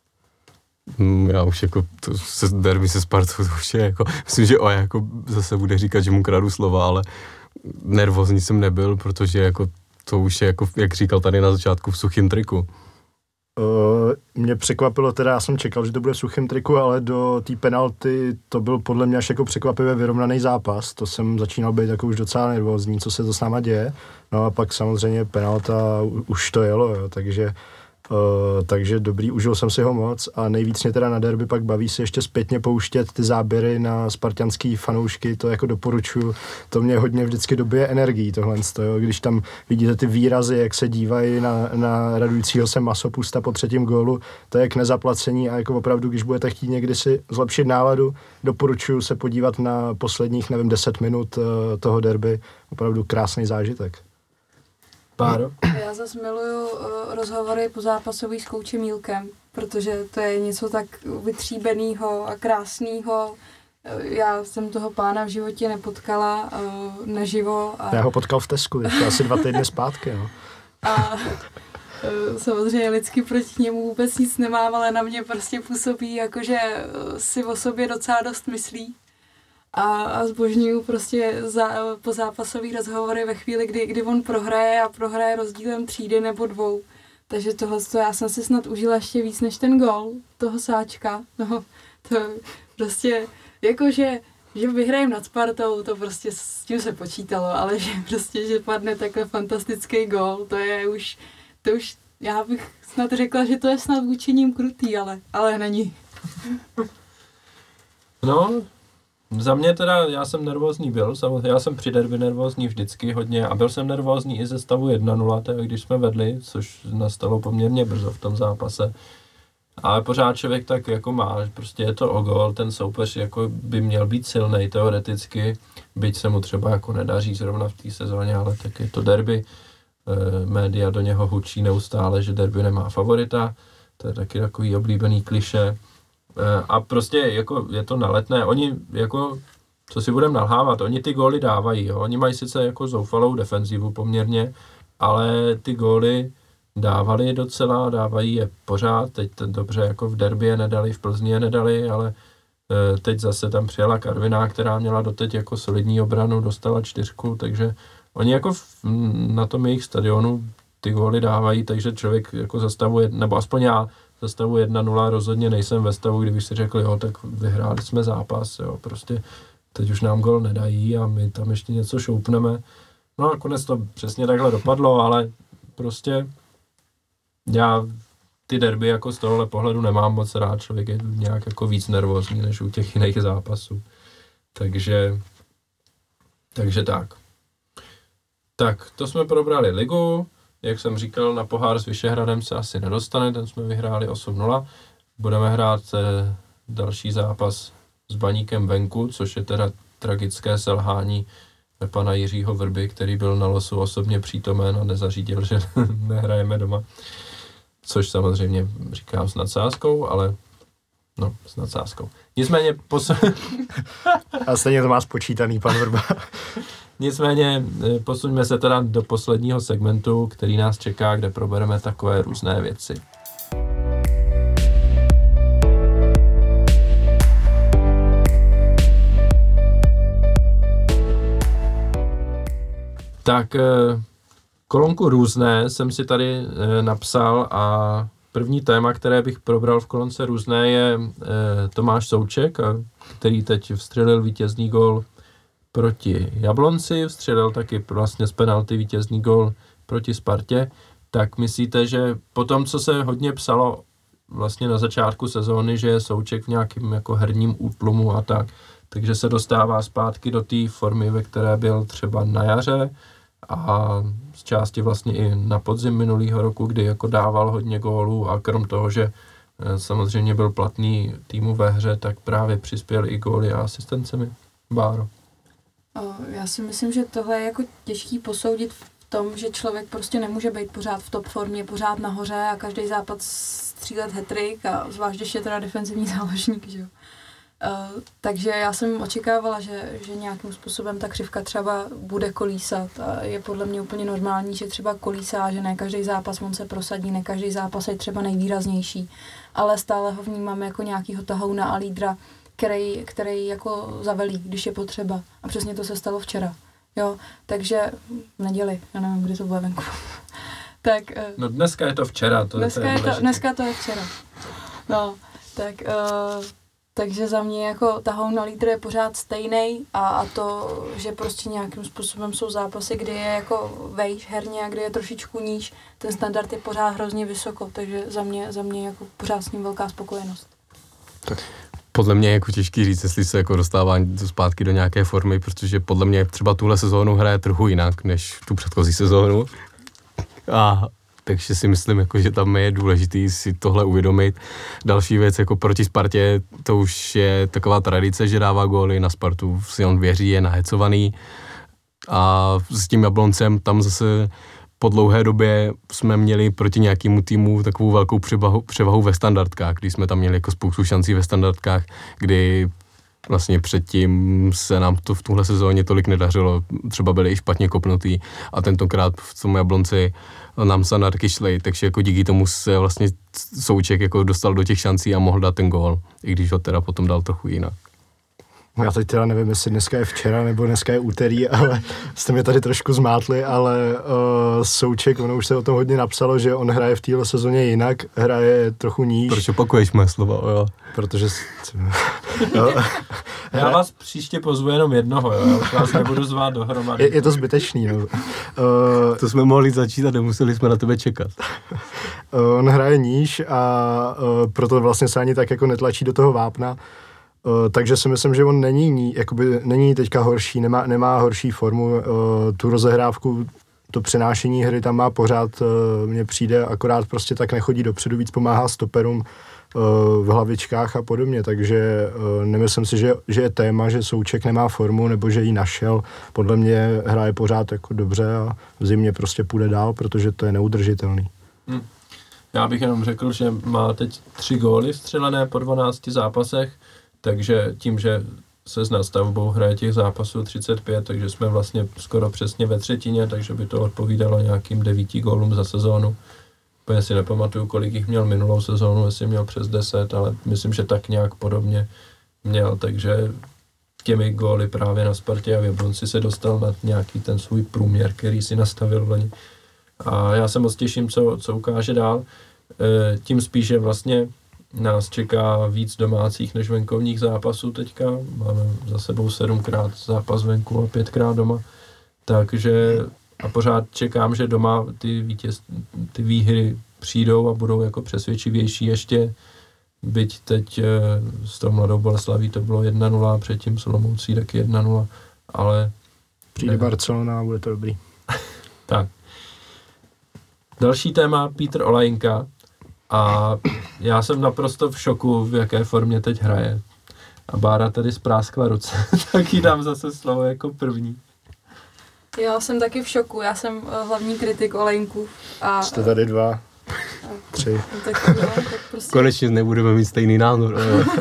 Hmm, já už jako to se derby se Spartou, to už je jako, myslím, že o jako zase bude říkat, že mu kradu slova, ale nervózní jsem nebyl, protože jako to už je jako, jak říkal tady na začátku, v suchým triku. Uh, mě překvapilo, teda já jsem čekal, že to bude v suchém triku, ale do té penalty to byl podle mě až jako překvapivě vyrovnaný zápas. To jsem začínal být jako už docela nervózní, co se to s náma děje. No a pak samozřejmě penalta už to jelo, jo, takže Uh, takže dobrý, užil jsem si ho moc a nejvíc mě teda na derby pak baví si ještě zpětně pouštět ty záběry na spartanský fanoušky, to jako doporučuji, to mě hodně vždycky dobije energií tohle, jo. Když tam vidíte ty výrazy, jak se dívají na, na radujícího se masopusta po třetím gólu, to je k nezaplacení a jako opravdu, když budete chtít někdy si zlepšit náladu, doporučuji se podívat na posledních, nevím, deset minut uh, toho derby, opravdu krásný zážitek. Páro? Já zase miluju uh, rozhovory po zápasový s koučem Mílkem, protože to je něco tak vytříbenýho a krásného. Já jsem toho pána v životě nepotkala uh, naživo. A... Já ho potkal v Tesku, je to asi dva týdny zpátky. No. A uh, samozřejmě lidsky proti němu vůbec nic nemám, ale na mě prostě působí, jakože si o sobě docela dost myslí. A, a zbožňuju prostě za, po zápasový rozhovory ve chvíli, kdy, kdy on prohraje a prohraje rozdílem třídy nebo dvou. Takže tohle, já jsem si snad užila ještě víc než ten gól toho sáčka. No, to prostě, jakože, že vyhrajem nad Spartou, to prostě s tím se počítalo, ale že prostě, že padne takhle fantastický gól, to je už, to už, já bych snad řekla, že to je snad vůči ním krutý, ale, ale není. No, za mě teda, já jsem nervózní byl, samozřejmě, já jsem při derby nervózní vždycky hodně a byl jsem nervózní i ze stavu jedna nula, když jsme vedli, což nastalo poměrně brzo v tom zápase. Ale pořád člověk tak jako má, prostě je to o gól, ten soupeř jako by měl být silnej teoreticky, byť se mu třeba jako nedaří zrovna v té sezóně, ale tak je to derby. E, média do něho hučí neustále, že derby nemá favorita, to je taky takový oblíbený kliše. E, a prostě jako je to naletné, oni jako, co si budeme nalhávat, oni ty góly dávají, jo? Oni mají sice jako zoufalou defenzivu poměrně, ale ty góly dávali je docela, dávají je pořád, teď ten dobře jako v derby je nedali, v Plzni je nedali, ale e, teď zase tam přijela Karviná, která měla doteď jako solidní obranu, dostala čtyřku, takže oni jako v, na tom jejich stadionu ty góly dávají, takže člověk jako zastavuje, nebo aspoň já za stavu jedna nula rozhodně nejsem ve stavu, kdybych si řekl, jo, tak vyhráli jsme zápas, jo, prostě teď už nám gól nedají a my tam ještě něco šoupneme. No a nakonec to přesně takhle dopadlo, ale prostě já ty derby jako z tohohle pohledu nemám moc rád, člověk je nějak jako víc nervózní než u těch jiných zápasů. Takže, takže tak. Tak, to jsme probrali ligu, jak jsem říkal, na pohár s Vyšehradem se asi nedostane, ten jsme vyhráli osm nula. Budeme hrát eh, další zápas s Baníkem venku, což je teda tragické selhání pana Jiřího Vrby, který byl na losu osobně přítomen a nezařídil, že nehrajeme doma. Což samozřejmě říkám s nadsázkou, ale no, s nadsázkou. Nicméně posu- A stejně to má spočítaný pan Vrba. Nicméně posuňme se teda do posledního segmentu, který nás čeká, kde probereme takové různé věci. Tak kolonku různé jsem si tady napsal a první téma, které bych probral v kolonce různé, je Tomáš Souček, který teď vstřelil vítězný gól proti Jablonci, vstřelil taky vlastně z penalty vítězný gól proti Spartě. Tak myslíte, že po tom, co se hodně psalo vlastně na začátku sezóny, že je Souček v nějakém jako herním útlumu a tak, takže se dostává zpátky do té formy, ve které byl třeba na jaře a z části vlastně i na podzim minulého roku, kdy jako dával hodně gólů a krom toho, že samozřejmě byl platný týmu ve hře, tak právě přispěl i góly a asistencemi. Báro. Já si myslím, že tohle je jako těžký posoudit v tom, že člověk prostě nemůže být pořád v top formě, pořád nahoře a každý západ střílet hat-trick a zvlášť ještě teda defenzivní záložník, že jo. Uh, takže já jsem očekávala, že, že nějakým způsobem ta křivka třeba bude kolísat a je podle mě úplně normální, že třeba kolísá, že ne každý zápas on se prosadí, ne každý zápas je třeba nejvýraznější, ale stále ho vnímám jako nějakýho tahouna a lídra, který, který jako zavelí, když je potřeba. A přesně to se stalo včera. Jo, takže v neděli, já nevím, kdy to bude venku. tak, uh, no dneska je to včera. To dneska, je je to, dneska to je včera. No, tak... Uh, Takže za mě jako tahoun na lídr je pořád stejnej a, a to, že prostě nějakým způsobem jsou zápasy, kdy je jako vejš herně a kdy je trošičku níž, ten standard je pořád hrozně vysoko, takže za mě, za mě jako pořád s ním velká spokojenost. Tak. Podle mě je jako těžký říct, jestli se jako dostává zpátky do nějaké formy, protože podle mě třeba tuhle sezónu hraje trochu jinak, než tu předchozí sezónu. A takže si myslím, jako, že tam je důležitý si tohle uvědomit. Další věc, jako proti Spartě, to už je taková tradice, že dává góly, na Spartu si on věří, je nahecovaný. A s tím Jabloncem tam zase po dlouhé době jsme měli proti nějakému týmu takovou velkou převahu, převahu ve standardkách, kdy jsme tam měli jako spoustu šancí ve standardkách, kdy vlastně předtím se nám to v tuhle sezóně tolik nedařilo, třeba byli i špatně kopnutý a tentokrát v tom Jablonci nám standardky šly, takže jako díky tomu se vlastně Souček jako dostal do těch šancí a mohl dát ten gól, i když ho teda potom dal trochu jinak. Já teď teda nevím, jestli dneska je včera nebo dneska je úterý, ale jste mě tady trošku zmátli, ale uh, Souček, ono už se o tom hodně napsalo, že on hraje v téhle sezóně jinak, hraje trochu níž. Proč opakuješ moje slova, jo? Protože... jo. Já vás příště pozvu jenom jednoho, jo? Já už vás nebudu zvát dohromady. Je, je to zbytečný, no. Uh, to jsme mohli začít a nemuseli jsme na tebe čekat. on hraje níž a uh, proto vlastně se ani tak jako netlačí do toho vápna. Uh, takže si myslím, že on není, jakoby, není teďka horší, nemá, nemá horší formu, uh, tu rozehrávku, to přenášení hry tam má pořád, uh, mně přijde, akorát prostě tak nechodí dopředu, víc pomáhá stoperům uh, v hlavičkách a podobně, takže uh, nemyslím si, že, že je téma, že Souček nemá formu, nebo že ji našel, podle mě hraje pořád jako dobře a v zimě prostě půjde dál, protože to je neudržitelný. Hmm. Já bych jenom řekl, že má teď tři góly vstřelené po dvanácti zápasech, takže tím, že se s nastavbou hraje těch zápasů třicet pět, takže jsme vlastně skoro přesně ve třetině, takže by to odpovídalo nějakým devíti gólům za sezónu. Úplně si nepamatuju, kolik jich měl minulou sezónu, jestli měl přes deset, ale myslím, že tak nějak podobně měl, takže těmi góly právě na Spartě a v Jablonci se dostal na nějaký ten svůj průměr, který si nastavil v loni. A já se moc těším, co, co ukáže dál. E, tím spíš, že vlastně nás čeká víc domácích než venkovních zápasů teďka. Máme za sebou sedmkrát zápas venku a pětkrát doma. Takže a pořád čekám, že doma ty, vítěz, ty výhry přijdou a budou jako přesvědčivější ještě. Byť teď e, s tou Mladou Boleslaví to bylo jedna nula, předtím s Olomoucí taky jedna nula, ale... Přijde ne. Barcelona a bude to dobrý. Tak. Další téma, Petr Olajinka. A já jsem naprosto v šoku, v jaké formě teď hraje. A Bára tady spráskla ruce, tak jí dám zase slovo jako první. Já jsem taky v šoku, já jsem uh, hlavní kritik Olejnku. A, Jste tady dva, tři. Tak, no, tak prostě... Konečně nebudeme mít stejný názor.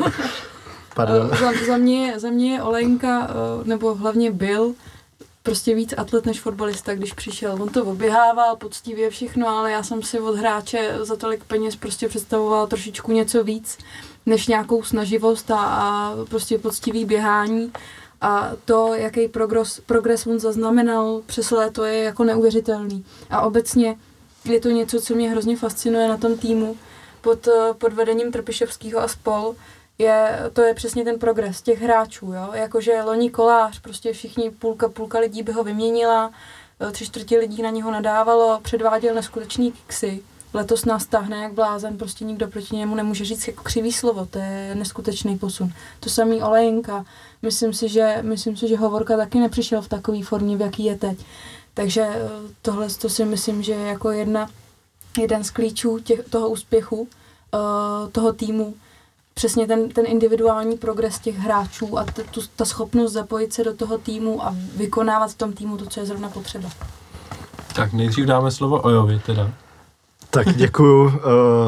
Pardon. Uh, za, za, mě, za mě je Olejnka, uh, nebo hlavně byl, prostě víc atlet než fotbalista, když přišel. On to oběhával poctivě všechno, ale já jsem si od hráče za tolik peněz prostě představovala trošičku něco víc, než nějakou snaživost a, a prostě poctivý běhání. A to, jaký progres, progres on zaznamenal přes léto, je jako neuvěřitelný. A obecně je to něco, co mě hrozně fascinuje na tom týmu pod, pod vedením Trpišovského a spol. Je, to je přesně ten progres těch hráčů, jo? Jakože loni Kolář, prostě všichni, půlka, půlka lidí by ho vyměnila, tři čtvrtě lidí na něho nadávalo, předváděl neskutečný kiksy. Letos nás táhne jak blázen, prostě nikdo proti němu nemůže říct jako křivý slovo, to je neskutečný posun. To samý Olejinka, myslím si, že, myslím si, že Hovorka taky nepřišel v takové formě, v jaký je teď. Takže tohle to si myslím, že je jako jedna, jeden z klíčů těch, toho úspěchu, uh, toho týmu, přesně ten, ten individuální progres těch hráčů a t, tu, ta schopnost zapojit se do toho týmu a vykonávat v tom týmu to, co je zrovna potřeba. Tak nejdřív dáme slovo Ojovi teda. Tak děkuju. Uh,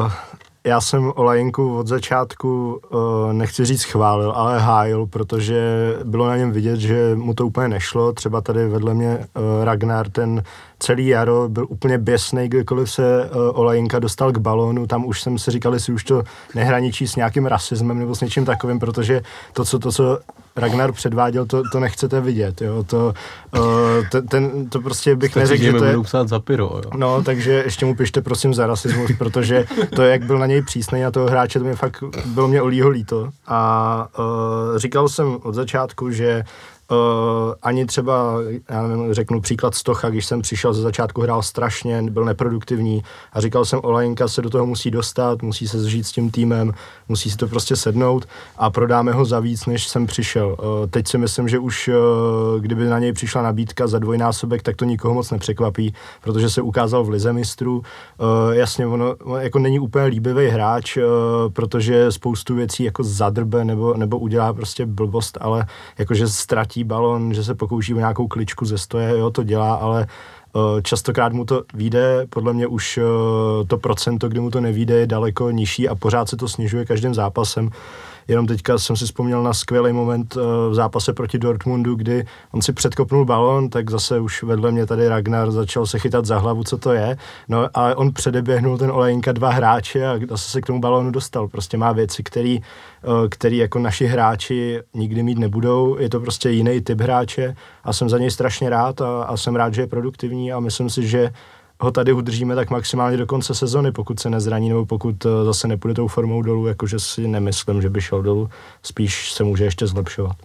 já jsem Olajinku od začátku, uh, nechci říct chválil, ale hájil, protože bylo na něm vidět, že mu to úplně nešlo. Třeba tady vedle mě uh, Ragnar, ten celý jaro byl úplně běsnej, kdykoliv se uh, Olajinka dostal k balónu. Tam už jsem si říkal, jestli už to nehraničí s nějakým rasismem nebo s něčím takovým, protože to, co, to, co Ragnar předváděl, to, to nechcete vidět, jo, to, uh, ten, ten, to prostě bych neřekl, že to je... psát za pyro, jo. No, takže ještě mu pište prosím za rasismus, protože to, jak byl na něj přísnej na toho hráče, to mě fakt, bylo mě Olího líto. A uh, říkal jsem od začátku, že Uh, ani třeba, já nevím, řeknu příklad Stocha, když jsem přišel ze začátku, hrál strašně, byl neproduktivní a říkal jsem, Olajinka se do toho musí dostat, musí se zžít s tím týmem, musí si to prostě sednout a prodáme ho za víc, než jsem přišel. Uh, teď si myslím, že už uh, kdyby na něj přišla nabídka za dvojnásobek, tak to nikoho moc nepřekvapí, protože se ukázal v lize mistrů. Uh, jasně, ono, ono jako není úplně líbivý hráč, uh, protože spoustu věcí jako zadrbe nebo, nebo udělá prostě blbost, ale jakože ztratí balon, že se pokouší o nějakou kličku ze stoje, jo, to dělá, ale uh, častokrát mu to vyjde, podle mě už uh, to procento, kdy mu to nevyjde, je daleko nižší a pořád se to snižuje každým zápasem. Jenom teďka jsem si vzpomněl na skvělý moment uh, v zápase proti Dortmundu, kdy on si předkopnul balon, tak zase už vedle mě tady Ragnar začal se chytat za hlavu, co to je, no ale on předeběhnul ten Olajinka dva hráče a zase se k tomu balonu dostal. Prostě má věci, který, uh, který jako naši hráči nikdy mít nebudou, je to prostě jiný typ hráče a jsem za něj strašně rád a, a jsem rád, že je produktivní a myslím si, že ho tady udržíme tak maximálně do konce sezony, pokud se nezraní, nebo pokud zase nepůjde tou formou dolů, jakože si nemyslím, že by šel dolů, spíš se může ještě zlepšovat.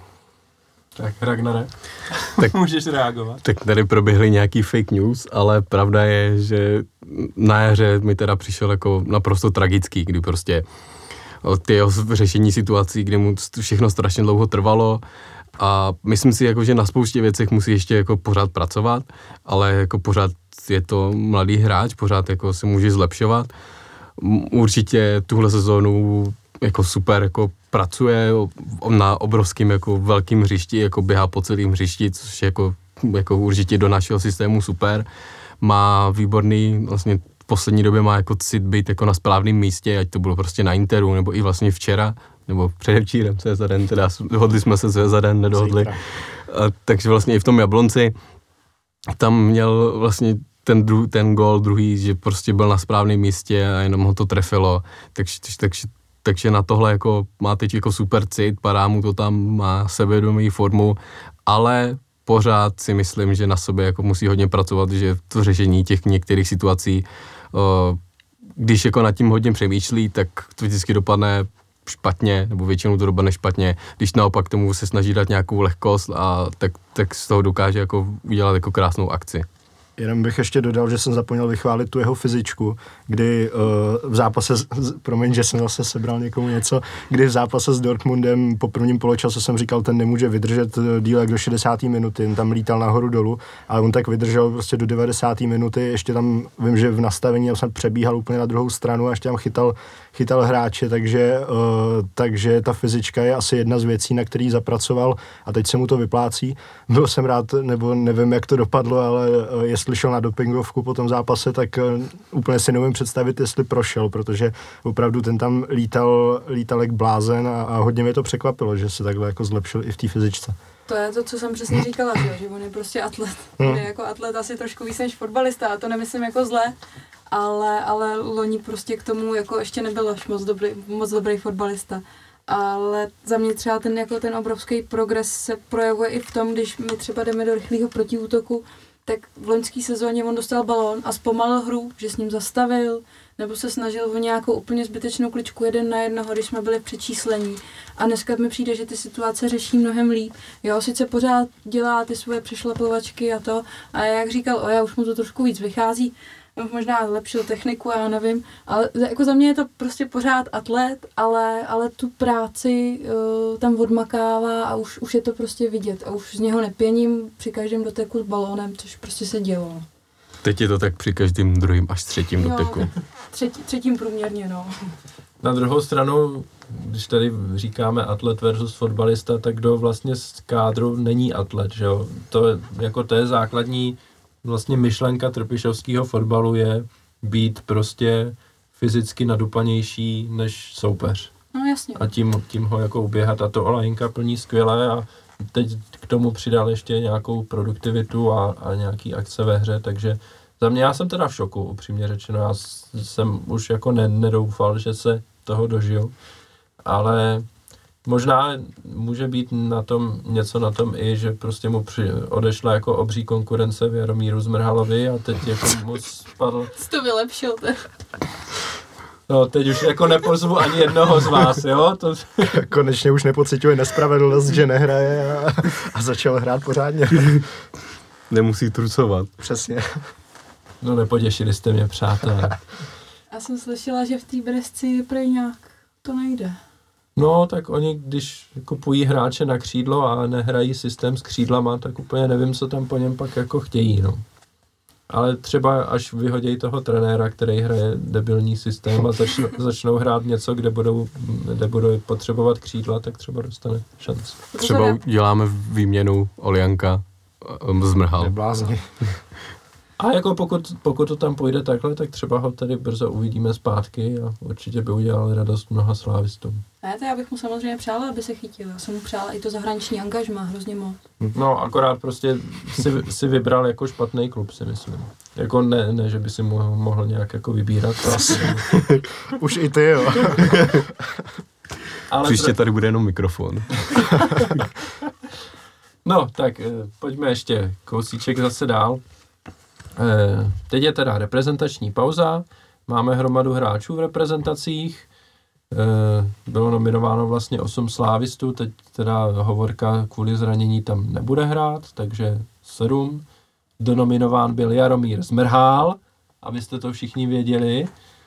Tak Ragnare, tak můžeš reagovat. Tak tady proběhly nějaký fake news, ale pravda je, že na jaře mi teda přišel jako naprosto tragický, kdy prostě ty jeho řešení situací, kde mu všechno strašně dlouho trvalo a myslím si, jako, že na spoustě věcech musí ještě jako pořád pracovat, ale jako pořád je to mladý hráč, pořád jako se může zlepšovat. Určitě tuhle sezónu jako super jako pracuje na obrovském jako velkým hřišti, jako běhá po celém hřišti, což je jako, jako určitě do našeho systému super. Má výborný, vlastně v poslední době má jako cit být jako na správném místě, ať to bylo prostě na Interu, nebo i vlastně včera, nebo předevčírem Cezaden, teda dohodli jsme se Cezaden, nedohodli. A, takže vlastně i v tom Jablonci tam měl vlastně ten, dru, ten gól druhý, že prostě byl na správném místě a jenom ho to trefilo, takže, takže, takže na tohle jako má teď jako super cit, padá mu to tam, má sebevědomí formu, ale pořád si myslím, že na sobě jako musí hodně pracovat, že to řešení těch některých situací, když jako nad tím hodně přemýšlí, tak to vždycky dopadne špatně, nebo většinou to dopadne špatně, když naopak tomu se snaží dát nějakou lehkost a tak, tak z toho dokáže jako udělat jako krásnou akci. Jenom bych ještě dodal, že jsem zapomněl vychválit tu jeho fyzičku, kdy uh, v zápase, s, promiň, že jsem zase sebral někomu něco, kdy v zápase s Dortmundem po prvním poločasu jsem říkal, ten nemůže vydržet díl jak do šedesáté minuty, on tam lítal nahoru dolů, ale on tak vydržel prostě do devadesáté minuty, ještě tam vím, že v nastavení tam jsem přebíhal úplně na druhou stranu a ještě tam chytal, chytal hráče, takže, uh, takže ta fyzička je asi jedna z věcí, na který zapracoval a teď se mu to vyplácí. Byl jsem rád, nebo nevím, jak to dopadlo, ale uh, jestli šel na dopingovku po tom zápase, tak uh, úplně si neumím představit, jestli prošel, protože opravdu ten tam lítal, lítal jak blázen a, a hodně mě to překvapilo, že se takhle jako zlepšil i v té fyzičce. To je to, co jsem přesně říkala, že, že on je prostě atlet. On je jako atlet asi trošku víc než fotbalista a to nemyslím jako zle, ale, ale loni prostě k tomu jako ještě nebyl až moc dobrý, moc dobrý fotbalista. Ale za mě třeba ten, jako ten obrovský progres se projevuje i v tom, když my třeba jdeme do rychlého protiútoku, tak v loňské sezóně on dostal balón a zpomalil hru, že s ním zastavil, nebo se snažil o nějakou úplně zbytečnou kličku jeden na jednoho, když jsme byli v přečíslení. A dneska mi přijde, že ty situace řeší mnohem líp. Jo, sice pořád dělá ty svoje přešlapovačky a to, a jak říkal Oja, už mu to trošku víc vychází, možná zlepšil techniku, já nevím, ale jako za mě je to prostě pořád atlet, ale, ale tu práci uh, tam odmakává a už, už je to prostě vidět a už z něho nepěním při každém doteku s balónem, což prostě se dělo. Teď je to tak při každém druhým až třetím doteku. No, třetí, třetím průměrně, no. Na druhou stranu, když tady říkáme atlet versus fotbalista, tak kdo vlastně z kádru není atlet, že jo? To, jako to je základní vlastně myšlenka trpišovského fotbalu je být prostě fyzicky nadupanější než soupeř. No jasně. A tím, tím ho jako uběhat a to Olajinka plní skvěle a teď k tomu přidal ještě nějakou produktivitu a, a nějaký akce ve hře, takže za mě já jsem teda v šoku, upřímně řečeno, já jsem už jako ne, nedoufal, že se toho dožiju, ale možná může být na tom něco na tom i, že prostě mu při, odešla jako obří konkurence v Jaromíru Zmrhalovi a teď jako moc spadl. Jsi to vylepšil, tak. No, teď už jako nepozvu ani jednoho z vás, jo? To... Konečně už nepociťuje nespravedlnost, že nehraje a, a začal hrát pořádně. Nemusí trucovat. Přesně. No nepotěšili jste mě, přátelé. Já jsem slyšela, že v té Bresci prej nějak to nejde. No, tak oni, když kupují hráče na křídlo a nehrají systém s křídlama, tak úplně nevím, co tam po něm pak jako chtějí, no. Ale třeba až vyhodějí toho trenéra, který hraje debilní systém a začnou, začnou hrát něco, kde budou, kde budou potřebovat křídla, tak třeba dostane šanci. Třeba uděláme výměnu Oljanka Zmrhal. Neblázni. A jako pokud, pokud to tam půjde takhle, tak třeba ho tady brzo uvidíme zpátky a určitě by udělal radost mnoha slávistům. Ne, to já bych mu samozřejmě přála, aby se chytil. Já jsem mu přála i to zahraniční angažmá hrozně moc. No, akorát prostě si, si vybral jako špatný klub, si myslím. Jako ne, ne že by si mohl, mohl nějak jako vybírat. Už i ty, jo. Ale příště tady bude jenom mikrofon. No, tak pojďme ještě kousíček zase dál. Teď je teda reprezentační pauza, máme hromadu hráčů v reprezentacích, bylo nominováno vlastně osm slávistů, teď teda Hovorka kvůli zranění tam nebude hrát, takže sedm. Donominován byl Jaromír Zmrhal, abyste to všichni věděli.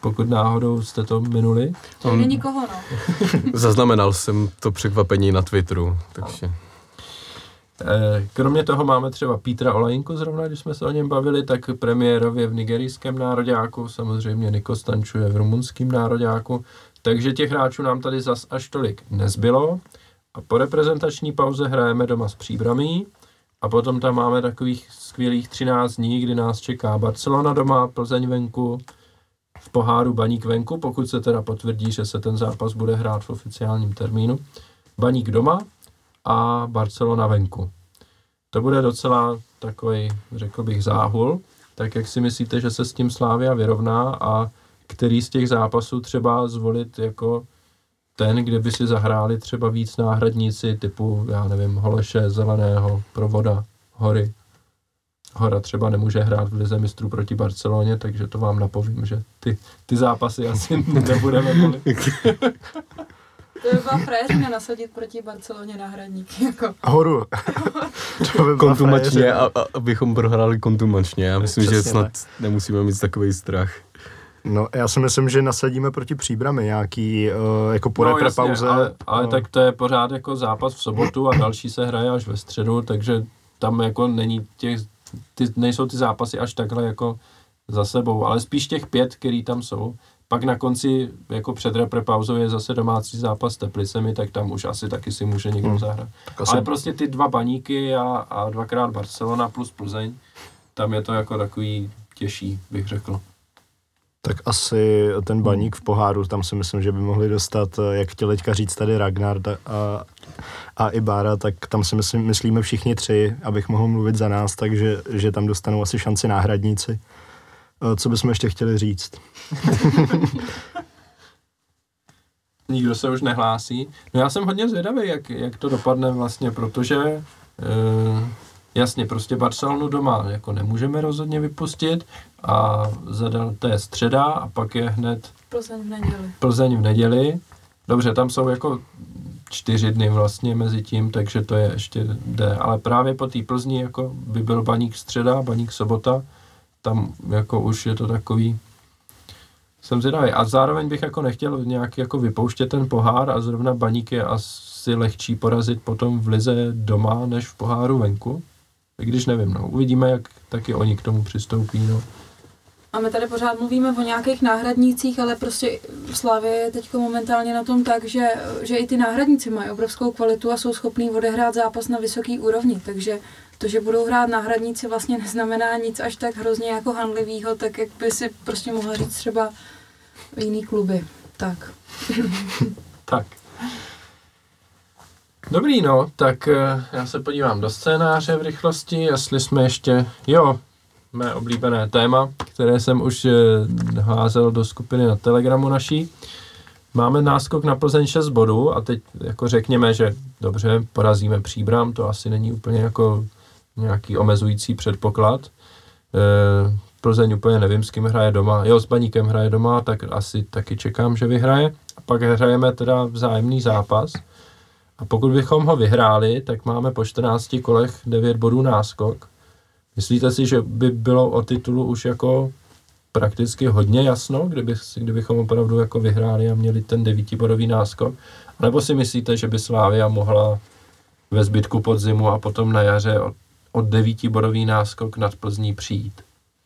pokud náhodou jste to minuli. To není nikoho, no. Zaznamenal jsem to překvapení na Twitteru, takže... Kromě toho máme třeba Petra Olajinku zrovna, když jsme se o něm bavili, tak premiérově v nigerijském nároďáku, samozřejmě Niko Stančuje v rumunském nároďáku, takže těch hráčů nám tady zas až tolik nezbylo a po reprezentační pauze hrajeme doma s Příbramí a potom tam máme takových skvělých třináct dní, kdy nás čeká Barcelona doma, Plzeň venku, v poháru Baník venku, pokud se teda potvrdí, že se ten zápas bude hrát v oficiálním termínu, Baník doma a Barcelona venku. To bude docela takový, řekl bych, záhul. Tak jak si myslíte, že se s tím Slavia vyrovná a který z těch zápasů třeba zvolit jako ten, kde by si zahráli třeba víc náhradníci typu, já nevím, Holeše, Zeleného, Provoda, Hory. Hora třeba nemůže hrát v lize mistrů proti Barceloně, takže to vám napovím, že ty, ty zápasy asi nebudeme volit. To by byla frajeřina nasadit proti Barceloně náhradníky. Jako. Horu. Kontumačně, a, a, abychom prohráli kontumačně. Já myslím, Přesně že snad tak. nemusíme mít takový strach. No, já si myslím, že nasadíme proti Příbrami nějaký, uh, jako po no, repre jasně, pauze. ale, ale no. tak to je pořád jako zápas v sobotu a další se hraje až ve středu, takže tam jako není těch, ty, nejsou ty zápasy až takhle jako za sebou, ale spíš těch pět, který tam jsou. Pak na konci, jako před repre pauzou je zase domácí zápas s Teplicemi, tak tam už asi taky si může někdo hmm. zahrát. Asi... Ale prostě ty dva Baníky a, a dvakrát Barcelona plus Plzeň, tam je to jako takový těžší, bych řekl. Tak asi ten Baník v poháru, tam si myslím, že by mohli dostat, jak chtěl teďka říct tady Ragnar a, a i Bára, tak tam si myslím, myslíme všichni tři, abych mohl mluvit za nás, takže že tam dostanou asi šanci náhradníci. Co bychom ještě chtěli říct? Nikdo se už nehlásí. No já jsem hodně zvědavý, jak, jak to dopadne vlastně, protože e, jasně, prostě Barcelonu doma jako nemůžeme rozhodně vypustit a zadal, to je středa a pak je hned Plzeň v neděli. Plzeň v neděli. Dobře, tam jsou jako čtyři dny vlastně mezi tím, takže to je ještě jde. Ale právě po té Plzni jako by byl Baník středa, Baník sobota, tam jako už je to takový, jsem zvědavý. A zároveň bych jako nechtěl nějak jako vypouštět ten pohár a zrovna Baník je asi lehčí porazit potom v lize doma, než v poháru venku. I když nevím, no, uvidíme, jak taky oni k tomu přistoupí, no. A my tady pořád mluvíme o nějakých náhradnících, ale prostě Slavia je teď momentálně na tom tak, že, že i ty náhradníci mají obrovskou kvalitu a jsou schopní odehrát zápas na vysoký úrovni, takže to, že budou hrát náhradníci, vlastně neznamená nic až tak hrozně jako hanlivýho, tak jak by si prostě mohla říct třeba jiný kluby. Tak. Tak. Dobrý, no, tak já se podívám do scénáře v rychlosti, jestli jsme ještě, jo, mé oblíbené téma, které jsem už házel do skupiny na Telegramu naší. Máme náskok na Plzeň šest bodů a teď jako řekněme, že dobře, porazíme Příbram, to asi není úplně jako nějaký omezující předpoklad. E, Plzeň úplně nevím, s kým hraje doma. Jo, s Baníkem hraje doma, tak asi taky čekám, že vyhraje. A pak hrajeme teda vzájemný zápas. A pokud bychom ho vyhráli, tak máme po čtrnácti kolech devět bodů náskok. Myslíte si, že by bylo o titulu už jako prakticky hodně jasno, kdyby, kdybychom opravdu jako vyhráli a měli ten devítibodový náskok? A nebo si myslíte, že by Slavia mohla ve zbytku podzimu a potom na jaře od, od devítibodový náskok nad Plzní přijít?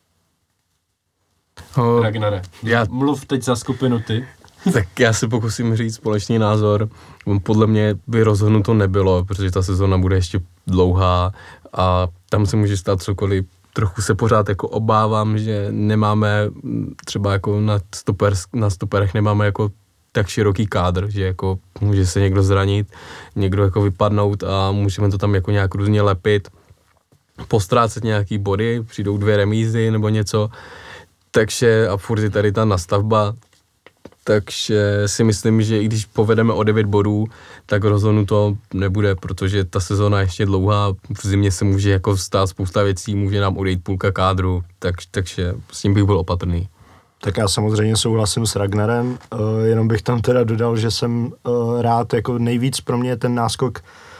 Oh, Ragnare, já... mluv teď za skupinu ty. Tak já se pokusím říct společný názor. Podle mě by rozhodnuto nebylo, protože ta sezona bude ještě dlouhá a tam se může stát cokoliv. Trochu se pořád jako obávám, že nemáme třeba jako na, stoper, na stoperech nemáme jako tak široký kádr, že jako může se někdo zranit, někdo jako vypadnout a můžeme to tam jako nějak různě lepit, postrácet nějaký body, přijdou dvě remízy nebo něco, takže a furt je tady ta nastavba. Takže si myslím, že i když povedeme o devět bodů, tak rozhodnuto nebude, protože ta sezona je ještě dlouhá, v zimě se může jako stát spousta věcí, může nám odejít půlka kádru, tak, takže s tím bych byl opatrný. Tak já samozřejmě souhlasím s Ragnarem, uh, jenom bych tam teda dodal, že jsem uh, rád, jako nejvíc pro mě ten náskok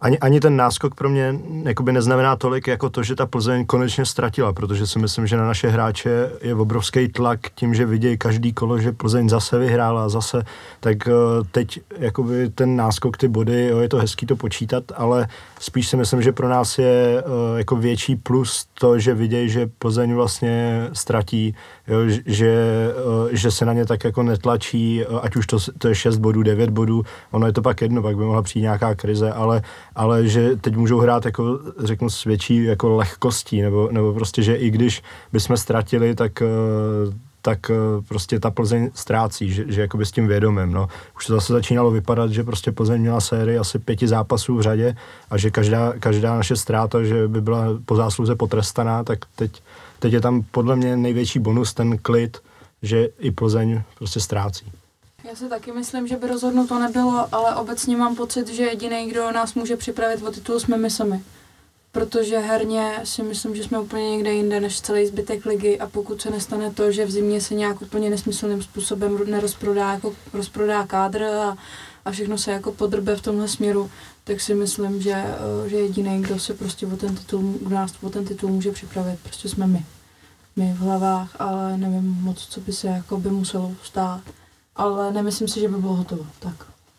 ani, ani ten náskok pro mě jakoby neznamená tolik jako to, že ta Plzeň konečně ztratila, protože si myslím, že na naše hráče je obrovský tlak tím, že vidějí každý kolo, že Plzeň zase vyhrála, zase, tak teď jakoby ten náskok, ty body, jo, je to hezký to počítat, ale spíš si myslím, že pro nás je jako větší plus to, že vidějí, že Plzeň vlastně ztratí, jo, že, že se na ně tak jako netlačí, ať už to, to je šest bodů, devět bodů, ono je to pak jedno, pak by mohla přijít nějaká krize, ale, ale že teď můžou hrát jako, řeknu, s větší jako lehkostí, nebo, nebo prostě, že i když bychom ztratili, tak tak prostě ta Plzeň ztrácí, že, že jakoby s tím vědomím, no. Už to zase začínalo vypadat, že prostě Plzeň měla sérii asi pěti zápasů v řadě a že každá, každá naše ztráta, že by byla po zásluze potrestaná, tak teď, teď je tam podle mě největší bonus ten klid, že i Plzeň prostě ztrácí. Já si taky myslím, že by rozhodnuto nebylo, ale obecně mám pocit, že jediný, kdo nás může připravit o titul, jsme my sami. Protože herně si myslím, že jsme úplně někde jinde než celý zbytek ligy a pokud se nestane to, že v zimě se nějak úplně nesmyslným způsobem nerozprodá, jako rozprodá kádr a, a všechno se jako podrbe v tomhle směru, tak si myslím, že, že jediný, kdo se prostě o ten titul, kdo nás o ten titul může připravit, prostě jsme my. My v hlavách, ale nevím moc, co by se jako by muselo stát. Ale nemyslím si, že by bylo hotovo. Tak.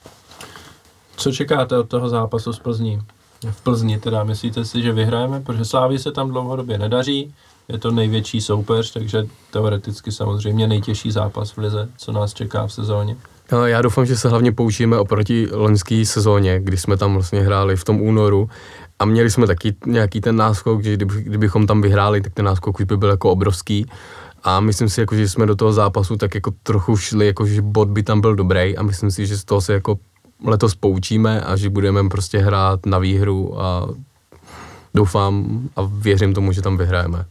Co čekáte od toho zápasu s Plzní? V Plzni teda myslíte si, že vyhrajeme, protože Slávii se tam dlouhodobě nedaří, je to největší soupeř, takže teoreticky samozřejmě nejtěžší zápas v lize, co nás čeká v sezóně. Já doufám, že se hlavně poučíme oproti loňské sezóně, kdy jsme tam vlastně hráli v tom únoru a měli jsme taky nějaký ten náskok, že kdyby, kdybychom tam vyhráli, tak ten náskok už by byl jako obrovský. A myslím si, jako, že jsme do toho zápasu tak jako trochu šli, jako, že bod by tam byl dobrý a myslím si, že z toho se jako letos poučíme a že budeme prostě hrát na výhru a doufám a věřím tomu, že tam vyhrajeme.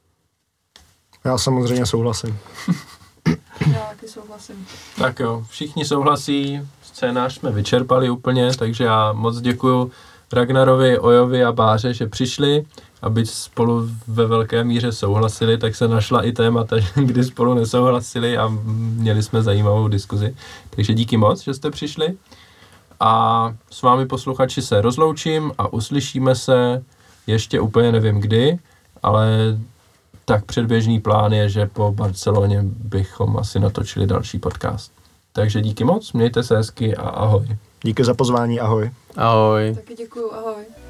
Já samozřejmě souhlasím. Já taky souhlasím. Tak jo, všichni souhlasí, scénář jsme vyčerpali úplně, takže já moc děkuju Ragnarovi, Ojovi a Báře, že přišli, aby spolu ve velké míře souhlasili, tak se našla i témata, kdy spolu nesouhlasili a měli jsme zajímavou diskuzi. Takže díky moc, že jste přišli. A s vámi posluchači se rozloučím a uslyšíme se ještě úplně nevím kdy, ale tak předběžný plán je, že po Barceloně bychom asi natočili další podcast. Takže díky moc, mějte se hezky a ahoj. Díky za pozvání, ahoj. Ahoj. Taky děkuju, ahoj.